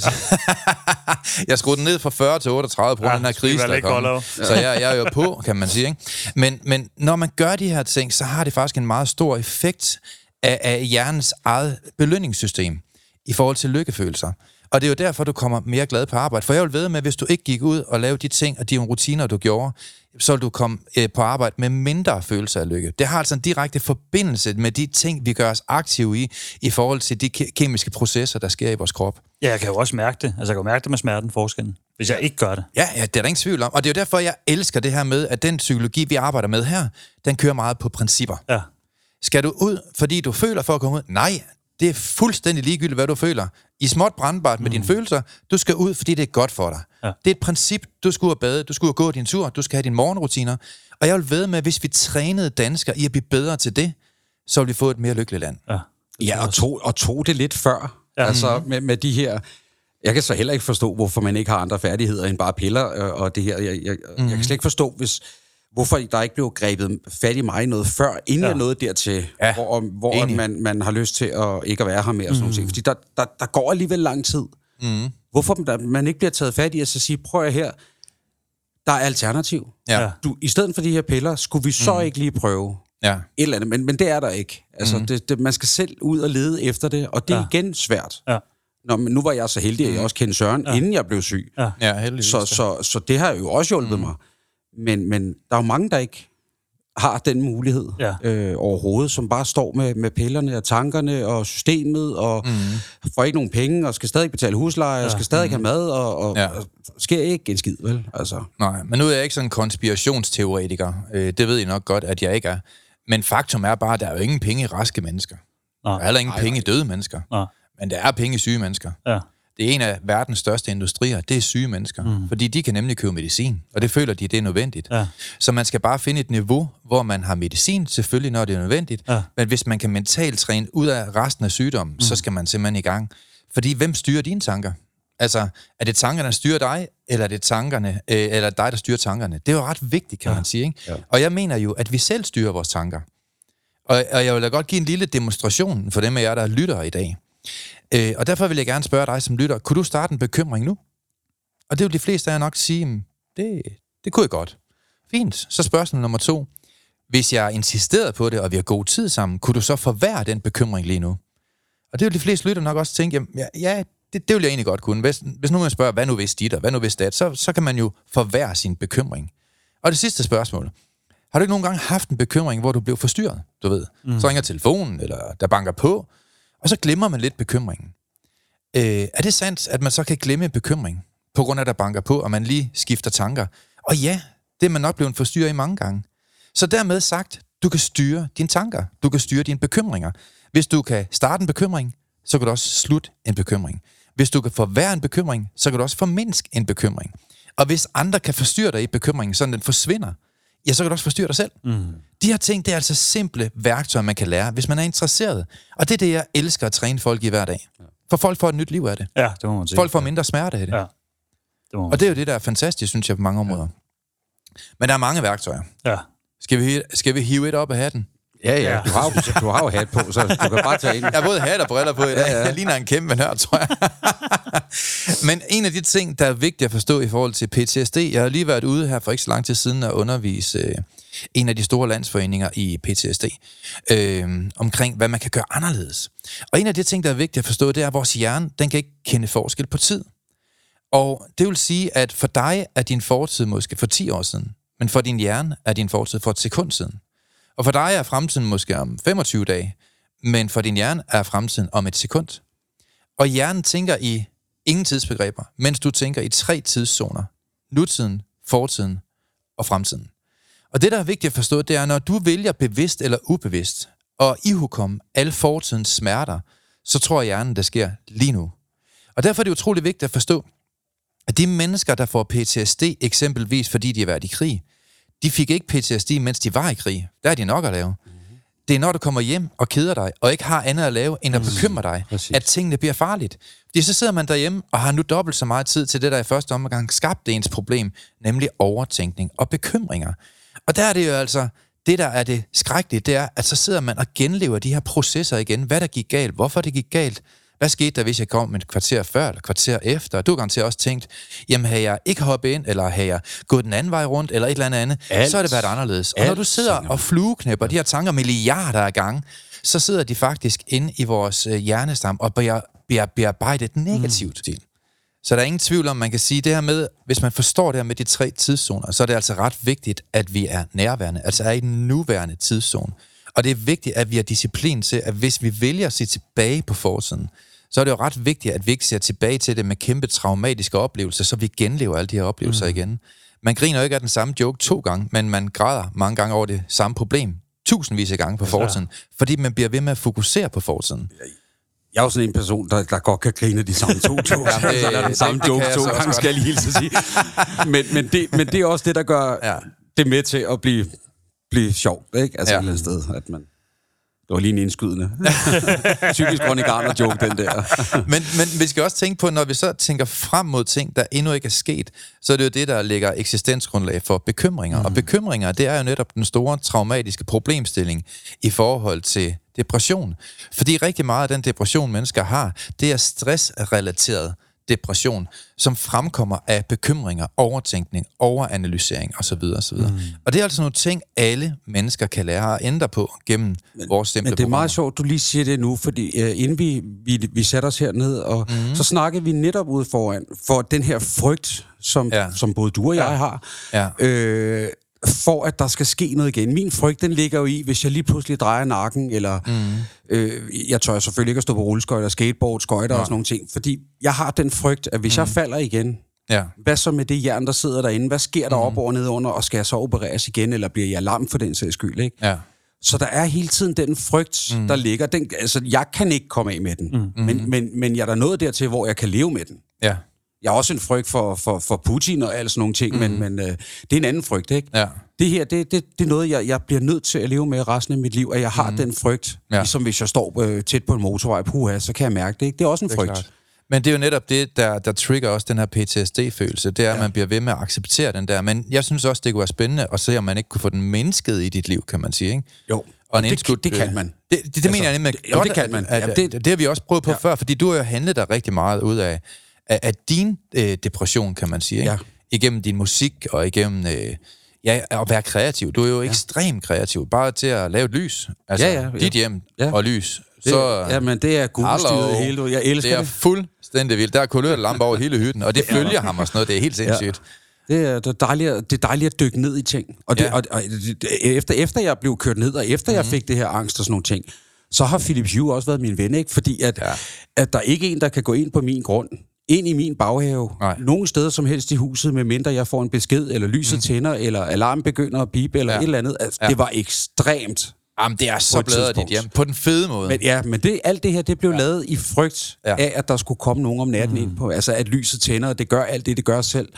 Jeg skruede den ned fra 40 til 38 på den her krise, der kom. Så jeg er jo på, kan man sige, ikke? Men når man gør de her ting, så har det faktisk en meget stor effekt af hjernens eget belønningssystem i forhold til lykkefølelser. Og det er jo derfor, du kommer mere glad på arbejde. For jeg vil ved med, at hvis du ikke gik ud og lavede de ting og de rutiner, du gjorde, så vil du komme på arbejde med mindre følelse af lykke. Det har altså en direkte forbindelse med de ting, vi gør os aktive i forhold til de kemiske processer, der sker i vores krop. Ja, jeg kan jo også mærke det. Altså, jeg kan jo mærke det med smerten, forskellen, hvis jeg ikke gør det. Ja, det er der ingen tvivl om. Og det er jo derfor, jeg elsker det her med, at den psykologi, vi arbejder med her, den kører meget på principper. Ja. Skal du ud, fordi du føler for at komme ud? Nej, det er fuldstændig ligegyldigt, hvad du føler. I småt brandbart med dine følelser. Du skal ud, fordi det er godt for dig. Ja. Det er et princip. Du skal ud og bade, du skal ud og gå din tur, du skal have dine morgenrutiner. Og jeg vil vædde med, at hvis vi trænede danskere i at blive bedre til det, så vil vi få et mere lykkeligt land. Ja, og tog det lidt før. Ja. Altså med de her... Jeg kan så heller ikke forstå, hvorfor man ikke har andre færdigheder end bare piller og det her. Jeg kan slet ikke forstå, hvorfor der ikke blev grebet fat i mig noget før, inden jeg nåede dertil, hvor man har lyst til at ikke at være her mere. Sådan noget. Fordi der går alligevel lang tid. Hvorfor man ikke bliver taget fat i at så sige, prøv her, der er alternativ. Ja. I stedet for de her piller, skulle vi så ikke lige prøve et eller andet, men det er der ikke. Altså, man skal selv ud og lede efter det, og det er igen svært. Ja. Men nu var jeg så heldig, at jeg også kendte Søren, inden jeg blev syg. Ja, heldigvis. Så det har jo også hjulpet mig. Men der er jo mange, der ikke har den mulighed overhovedet, som bare står med pillerne og tankerne og systemet, og får ikke nogen penge, og skal stadig betale husleje, og skal stadig have mad, og sker ikke en skid, vel? Altså. Nej, men nu er jeg ikke sådan en konspirationsteoretiker. Det ved I nok godt, at jeg ikke er. Men faktum er bare, at der er jo ingen penge i raske mennesker. Der er heller ingen penge i døde mennesker. Men der er penge i syge mennesker. Ja. Det er en af verdens største industrier, det er syge mennesker. Fordi de kan nemlig købe medicin, og det føler de, det er nødvendigt. Ja. Så man skal bare finde et niveau, hvor man har medicin, selvfølgelig når det er nødvendigt. Ja. Men hvis man kan mentalt træne ud af resten af sygdommen, så skal man simpelthen i gang. Fordi hvem styrer dine tanker? Altså, er det tankerne, der styrer dig, eller er det tankerne, eller dig, der styrer tankerne? Det er jo ret vigtigt, kan man sige. Ikke? Ja. Og jeg mener jo, at vi selv styrer vores tanker. Og jeg vil da godt give en lille demonstration for dem af jer, der lytter i dag. Og derfor vil jeg gerne spørge dig som lytter, kunne du starte en bekymring nu? Og det vil de fleste af jer nok sige, det kunne jeg godt. Fint. Så spørgsmål nummer 2. Hvis jeg insisterede på det, og vi har god tid sammen, kunne du så forværre den bekymring lige nu? Og det vil de fleste lytter nok også tænke, det vil jeg egentlig godt kunne. Hvis nu man spørger, hvad nu hvis dit, og hvad nu hvis dat, så kan man jo forværre sin bekymring. Og det sidste spørgsmål. Har du ikke nogen gange haft en bekymring, hvor du blev forstyrret? Du ved, så ringer telefonen, eller der banker på, og så glemmer man lidt bekymringen. Er det sandt, at man så kan glemme en bekymring, på grund af, at der banker på, og man lige skifter tanker? Og ja, det er man nok blevet forstyrret i mange gange. Så dermed sagt, du kan styre dine tanker. Du kan styre dine bekymringer. Hvis du kan starte en bekymring, så kan du også slutte en bekymring. Hvis du kan forværre en bekymring, så kan du også formindske en bekymring. Og hvis andre kan forstyrre dig i bekymringen, så den forsvinder, ja, så kan du også forstyrre dig selv. De her ting, det er altså simple værktøjer, man kan lære, hvis man er interesseret. Og det er det, jeg elsker at træne folk i hver dag. For folk får et nyt liv af det. Ja, det må man sige. Folk får mindre smerte af det. Ja, det og det er jo det, der er fantastisk, synes jeg, på mange områder. Men der er mange værktøjer. Ja. Skal vi hive et op af hatten? Ja. Du har jo hat på, så du kan bare tage ind. Jeg har både hat og briller på i dag. Jeg ligner en kæmpe nørd, tror jeg. Men en af de ting, der er vigtigt at forstå i forhold til PTSD, jeg har lige været ude her for ikke så lang tid siden at undervise en af de store landsforeninger i PTSD, omkring, hvad man kan gøre anderledes. Og en af de ting, der er vigtigt at forstå, det er, at vores hjerne, den kan ikke kende forskel på tid. Og det vil sige, at for dig er din fortid måske for 10 år siden, men for din hjerne er din fortid for et sekund siden. Og for dig er fremtiden måske om 25 dage, men for din hjerne er fremtiden om et sekund. Og hjernen tænker i ingen tidsbegreber, mens du tænker i 3 tidszoner. Nutiden, fortiden og fremtiden. Og det, der er vigtigt at forstå, det er, når du vælger bevidst eller ubevidst og ihukomme alle fortidens smerter, så tror hjernen, det sker lige nu. Og derfor er det utrolig vigtigt at forstå, at de mennesker, der får PTSD, eksempelvis fordi de har været i krig, de fik ikke PTSD, mens de var i krig. Der er de nok at lave. Det er når du kommer hjem og keder dig, og ikke har andet at lave, end at bekymre dig, at tingene bliver farligt. Fordi så sidder man derhjemme og har nu dobbelt så meget tid til det, der i første omgang skabte ens problem, nemlig overtænkning og bekymringer. Og der er det jo altså, det der er det skrækkelige, det er, at så sidder man og genlever de her processer igen. Hvad der gik galt, hvorfor det gik galt. Hvad skete der, hvis jeg kom et kvarter før eller kvarter efter? Du har garanteret også tænkt, jamen havde jeg ikke hoppet ind, eller havde jeg gået den anden vej rundt, eller et eller andet, så har det været anderledes. Og når du sidder og flueknæpper de her tanker milliarder af gange, så sidder de faktisk inde i vores hjernestam og bliver bearbejdet negativt. Så der er ingen tvivl om, man kan sige det her med, hvis man forstår det her med de 3 tidszoner, så er det altså ret vigtigt, at vi er nærværende, altså er i den nuværende tidszone. Og det er vigtigt, at vi har disciplin til, at hvis vi vælger at se tilbage på fortiden, så er det jo ret vigtigt, at vi ikke ser tilbage til det med kæmpe traumatiske oplevelser, så vi genlever alle de her oplevelser igen. Man griner jo ikke af den samme joke 2 gange, men man græder mange gange over det samme problem, tusindvis af gange på fortiden, fordi man bliver ved med at fokusere på fortiden. Jeg er jo sådan en person, der godt kan grine de samme 2 jokes. Eller den samme joke 2 gange, skal jeg lige hilse at sige. men det er også det, der gør det med til at blive sjovt, ikke? Altså et eller andet sted, at man... Det var lige en indskydende. Typisk Ronny Garner-joke, den der. men vi skal også tænke på, når vi så tænker frem mod ting, der endnu ikke er sket, så er det jo det, der lægger eksistensgrundlag for bekymringer. Og bekymringer, det er jo netop den store traumatiske problemstilling i forhold til depression. Fordi rigtig meget af den depression, mennesker har, det er stressrelateret depression, som fremkommer af bekymringer, overtænkning, overanalysering osv. osv. Og det er altså nogle ting, alle mennesker kan lære at ændre på gennem vores simple Men det er meget sjovt, du lige siger det nu, fordi inden vi satte os herned, og så snakkede vi netop ude foran, for den her frygt, som både du og jeg har, for at der skal ske noget igen. Min frygt, den ligger jo i, hvis jeg lige pludselig drejer nakken, eller jeg tør selvfølgelig ikke at stå på rulleskøjter, skateboard, skøjter og sådan nogle ting, fordi jeg har den frygt, at hvis jeg falder igen, hvad så med det jern, der sidder derinde? Hvad sker der op og ned under, og skal jeg så opereres igen, eller bliver jeg lam for den sags skyld, ikke? Ja. Så der er hele tiden den frygt, der ligger. Den, altså, jeg kan ikke komme af med den, men jeg er der nået dertil, hvor jeg kan leve med den. Ja. Jeg har også en frygt for Putin og alle sådan nogle ting, men det er en anden frygt, ikke? Ja. Det her, det er noget, jeg bliver nødt til at leve med resten af mit liv, at jeg har den frygt. Ligesom hvis jeg står tæt på en motorvej, så kan jeg mærke det, ikke? Det er også en frygt. Klart. Men det er jo netop det, der trigger også den her PTSD-følelse. Det er, at man bliver ved med at acceptere den der. Men jeg synes også, det kunne være spændende at se, om man ikke kunne få den mindsket i dit liv, kan man sige, ikke? Jo, og det kan man. Det mener jeg nemlig godt, det kan man. Det har vi også prøvet på før, fordi du har jo handlet dig rigtig meget ud af din depression, kan man sige, ikke? Ja. Igennem din musik og igennem at være kreativ. Du er jo ekstremt kreativ, bare til at lave et lys. Altså, dit hjem og lys. Men det er gudstyret hele. Jeg elsker det. Det er fuldstændig vildt. Der er kulørte lamper over hele hytten, og det følger ham og sådan noget. Det er helt sindssygt. Det er dejligt at dykke ned i ting. Og efter jeg blev kørt ned, og efter jeg fik det her angst og sådan nogle ting, så har Philip Hugh også været min ven, ikke? Fordi at der er ikke en, der kan gå ind på min grund, ind i min baghave, nogen steder som helst i huset, medmindre jeg får en besked, eller lyset tænder, eller alarmen begynder at pipe, eller et eller andet. Altså, det var ekstremt. Jamen, det er så bladret dit hjem. På den fede måde. Men alt det her, det blev lavet i frygt af, at der skulle komme nogen om natten ind på. Altså, at lyset tænder, og det gør alt det gør selv.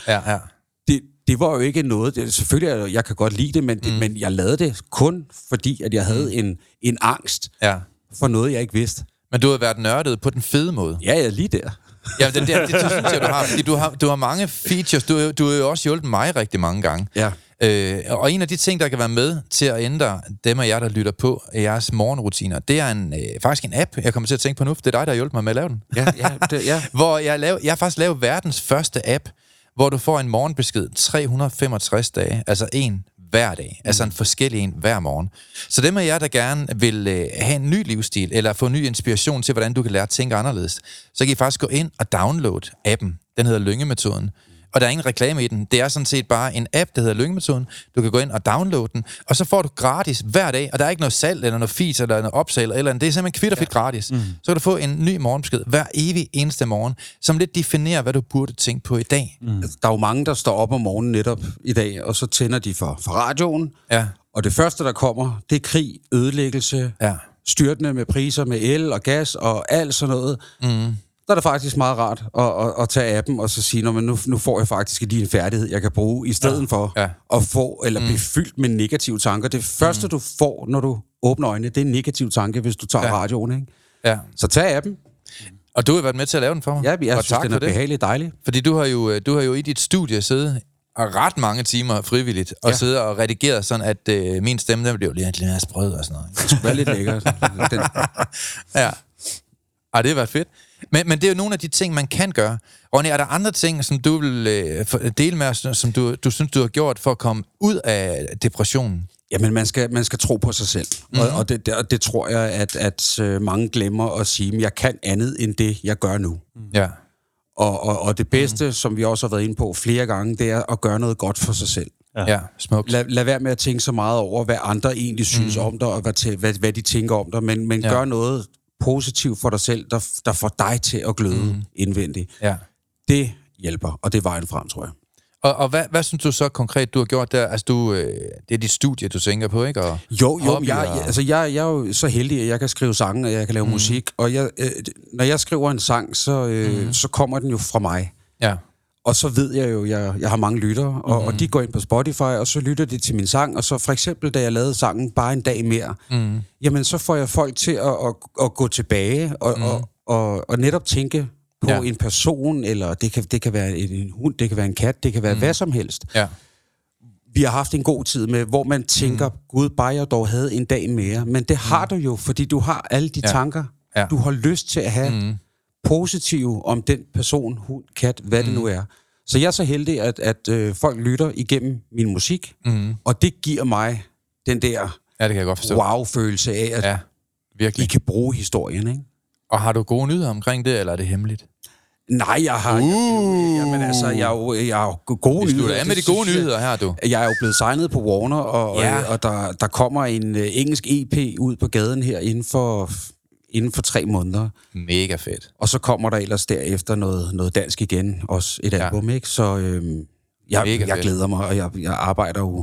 Det var jo ikke noget... Selvfølgelig, jeg kan godt lide det, men jeg lavede det kun fordi, at jeg havde en angst for noget, jeg ikke vidste. Men du har været nørdet på den fede måde. Ja, lige der. Ja, det synes jeg, du har. Fordi du har mange features. Du har jo også hjulpet mig rigtig mange gange. Ja. Og en af de ting, der kan være med til at ændre dem og jer, der lytter på jeres morgenrutiner, det er faktisk en app, jeg kommer til at tænke på nu. Det er dig, der har hjulpet mig med at lave den. Hvor jeg har faktisk lavet verdens første app, hvor du får en morgenbesked 365 dage, altså en hver dag, altså en forskellig en hver morgen. Så dem af jer, der gerne vil have en ny livsstil, eller få ny inspiration til, hvordan du kan lære at tænke anderledes, så kan I faktisk gå ind og downloade appen. Den hedder Lynge-metoden. Og der er ingen reklame i den. Det er sådan set bare en app, der hedder Lynge-metoden. Du kan gå ind og downloade den, og så får du gratis hver dag, og der er ikke noget salg, eller noget fis, eller noget opsal, eller andet. Det er simpelthen kvitterfrit gratis. Så kan du få en ny morgenbesked hver evig eneste morgen, som lidt definerer, hvad du burde tænke på i dag. Der er jo mange, der står op om morgenen netop i dag, og så tænder de for radioen. Ja. Og det første, der kommer, det er krig, ødelæggelse, styrtende med priser med el og gas og alt sådan noget. Så er det faktisk meget rart at tage appen og så sige, nu får jeg faktisk lige en færdighed, jeg kan bruge, i stedet for at få, eller blive fyldt med negative tanker. Det første, du får, når du åbner øjnene, det er en negativ tanke, hvis du tager radioen, ikke? Ja. Så tag appen. Og du har været med til at lave den for mig. Ja, jeg synes, den er behageligt dejlig. Fordi du har jo i dit studie siddet og ret mange timer frivilligt, og sidder og redigeret sådan, at min stemme, den bliver lidt mere sprød og sådan noget. Det skulle være lidt lækkert. Ja. Ej, det har været fedt. Men det er jo nogle af de ting, man kan gøre. Ronny, er der andre ting, som du vil dele med os, som du synes, du har gjort for at komme ud af depressionen? Jamen, man skal tro på sig selv. Og det tror jeg, at mange glemmer at sige, at jeg kan andet end det, jeg gør nu. Ja. Og det bedste, som vi også har været inde på flere gange, det er at gøre noget godt for sig selv. Ja, smukt. Lad være med at tænke så meget over, hvad andre egentlig synes om dig, og hvad de tænker om dig, men gør noget positivt for dig selv, der får dig til at gløde indvendigt. Ja. Det hjælper, og det er vejen frem, tror jeg. Og hvad synes du så konkret, du har gjort der? Altså, det er dit studie, du tænker på, ikke? Og jo, jeg er jo så heldig, at jeg kan skrive sange, og jeg kan lave musik, og når jeg skriver en sang, så kommer den jo fra mig. Ja. Og så ved jeg jo, jeg har mange lyttere, og de går ind på Spotify, og så lytter de til min sang, og så for eksempel, da jeg lavede sangen Bare en dag mere, jamen så får jeg folk til at gå tilbage og netop tænke på en person, eller det kan være en hund, det kan være en kat, det kan være hvad som helst. Ja. Vi har haft en god tid med, hvor man tænker, Gud, bare jeg dog havde en dag mere. Men det har du jo, fordi du har alle de tanker, du har lyst til at have positive om den person, hund, kat, hvad det nu er. Så jeg er så heldig, at folk lytter igennem min musik, og det giver mig den der det kan jeg godt forstå. wow-følelse af, at virkelig. I kan bruge historien, ikke? Og har du gode nyheder omkring det, eller er det hemmeligt? Nej, jeg har... Jamen altså, jeg har jo gode nyheder. Du er med de gode nyheder her, du. Jeg er jo blevet signet på Warner, og der kommer en engelsk EP ud på gaden her inden for 3 måneder. Mega fedt. Og så kommer der ellers derefter noget dansk igen, også et album, ikke? Så jeg glæder mig, og jeg arbejder jo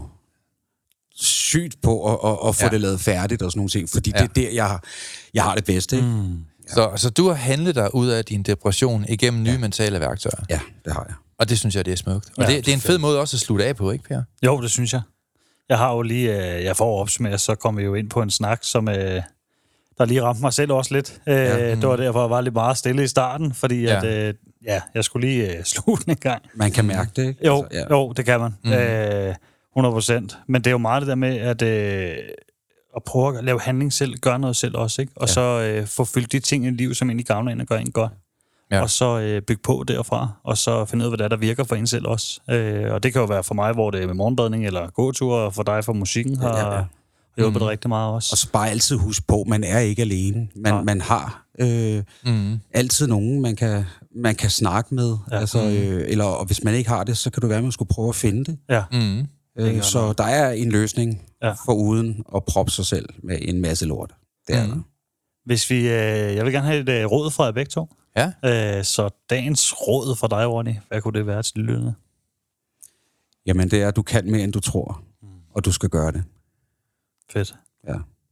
sygt på at få det lavet færdigt og sådan nogle ting, fordi det er der, jeg har det bedste, ikke? Så du har handlet dig ud af din depression igennem nye mentale værktøjer? Ja, det har jeg. Og det synes jeg, det er smukt. Og det er en fed måde også at slutte af på, ikke, Per? Jo, det synes jeg. Jeg har jo lige, jeg får opsummeret, så kommer vi jo ind på en snak, som der lige ramte mig selv også lidt. Det var derfor, jeg var lidt meget stille i starten, fordi at, jeg skulle lige slutte en gang. Man kan mærke det, ikke? Jo, det kan man. 100%. Men det er jo meget det der med, at prøve at lave handling selv, gøre noget selv også, ikke? Og så få fyldt de ting i livet, som egentlig gavner en og gør en godt. Ja. Og så bygge på derfra, og så finde ud af, hvad der virker for en selv også. Og det kan jo være for mig, hvor det er med morgenbadning eller gåtur, og for dig for musikken har hjulpet det rigtig meget også. Og så bare altid huske på, man er ikke alene. Man har altid nogen, man kan snakke med. Ja. Altså, eller hvis man ikke har det, så kan du være, at man skulle prøve at finde det. Ja. Så der er en løsning for uden at proppe sig selv med en masse lort. Det er der. Hvis vi, jeg vil gerne have et råd fra jer begge to. Ja. Så dagens råd fra dig, Ronny, hvad kunne det være til lytterne? Jamen, det er, at du kan mere, end du tror. Og du skal gøre det. Fedt. Ja.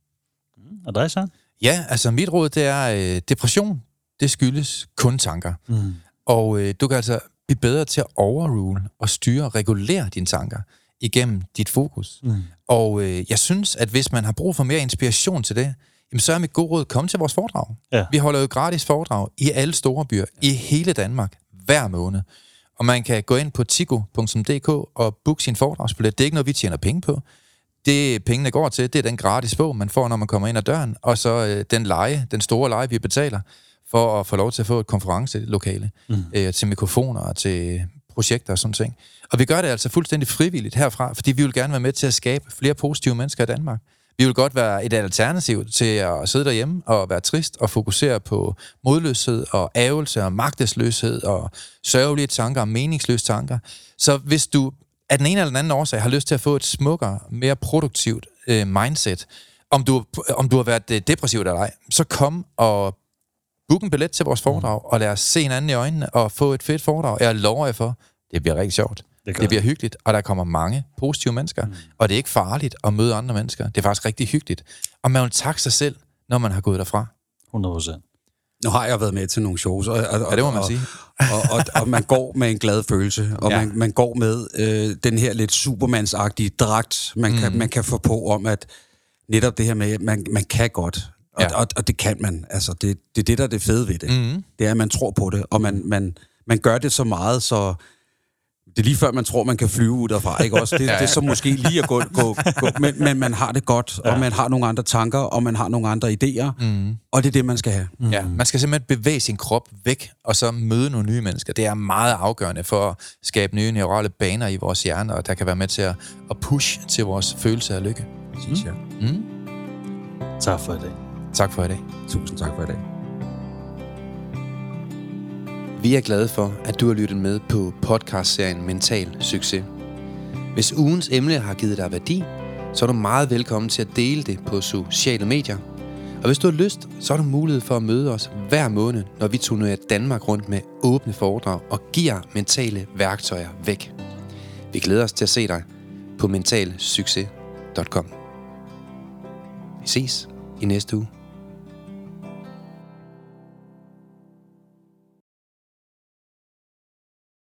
Og dig, så? Ja, altså mit råd, det er, depression, det skyldes kun tanker. Og du kan altså blive bedre til at overrule og styre og regulere dine tanker igennem dit fokus. Og jeg synes, at hvis man har brug for mere inspiration til det, jamen, så er mit gode råd, kom til vores foredrag. Ja. Vi holder jo gratis foredrag i alle store byer, i hele Danmark, hver måned. Og man kan gå ind på tigo.dk og booke sin foredragsbillet. Det er ikke noget, vi tjener penge på. Det pengene går til, det er den gratis bog, man får, når man kommer ind ad døren, og så den store leje, vi betaler, for at få lov til at få et konferencelokale til mikrofoner og til projekter og sådan ting. Og vi gør det altså fuldstændig frivilligt herfra, fordi vi vil gerne være med til at skabe flere positive mennesker i Danmark. Vi vil godt være et alternativ til at sidde derhjemme og være trist og fokusere på modløshed og ærgelse og magtesløshed og sørgelige tanker og meningsløse tanker. Så hvis du af den ene eller den anden årsag har lyst til at få et smukkere, mere produktivt mindset, om du har været depressiv eller ej, så kom og book en billet til vores foredrag og lad os se hinanden i øjnene og få et fedt foredrag. Jeg lover jer for, det bliver rigtig sjovt. Det bliver hyggeligt, og der kommer mange positive mennesker. Og det er ikke farligt at møde andre mennesker. Det er faktisk rigtig hyggeligt. Og man vil takke sig selv, når man har gået derfra. 100%. Nu har jeg været med til nogle shows, og det må man sige. og man går med en glad følelse, og man går med den her lidt supermandsagtige dragt, man kan få på om, at netop det her med, man kan godt. Og det kan man. Altså, det er det, der er det fede ved det. Det er, at man tror på det, og man gør det så meget, så det er lige før, man tror, man kan flyve ud derfra, ikke også? Det er så måske lige at gå men man har det godt, og man har nogle andre tanker, og man har nogle andre idéer, og det er det, man skal have. Ja, man skal simpelthen bevæge sin krop væk, og så møde nogle nye mennesker. Det er meget afgørende for at skabe nye neurale baner i vores hjerne, og der kan være med til at push til vores følelse af lykke. Præcis, ja. Tak for i dag. Tak for i dag. Tusind tak for i dag. Vi er glade for, at du har lyttet med på podcastserien Mental Succes. Hvis ugens emne har givet dig værdi, så er du meget velkommen til at dele det på sociale medier. Og hvis du har lyst, så har du mulighed for at møde os hver måned, når vi turnerer Danmark rundt med åbne foredrag og giver mentale værktøjer væk. Vi glæder os til at se dig på mentalsucces.com. Vi ses i næste uge.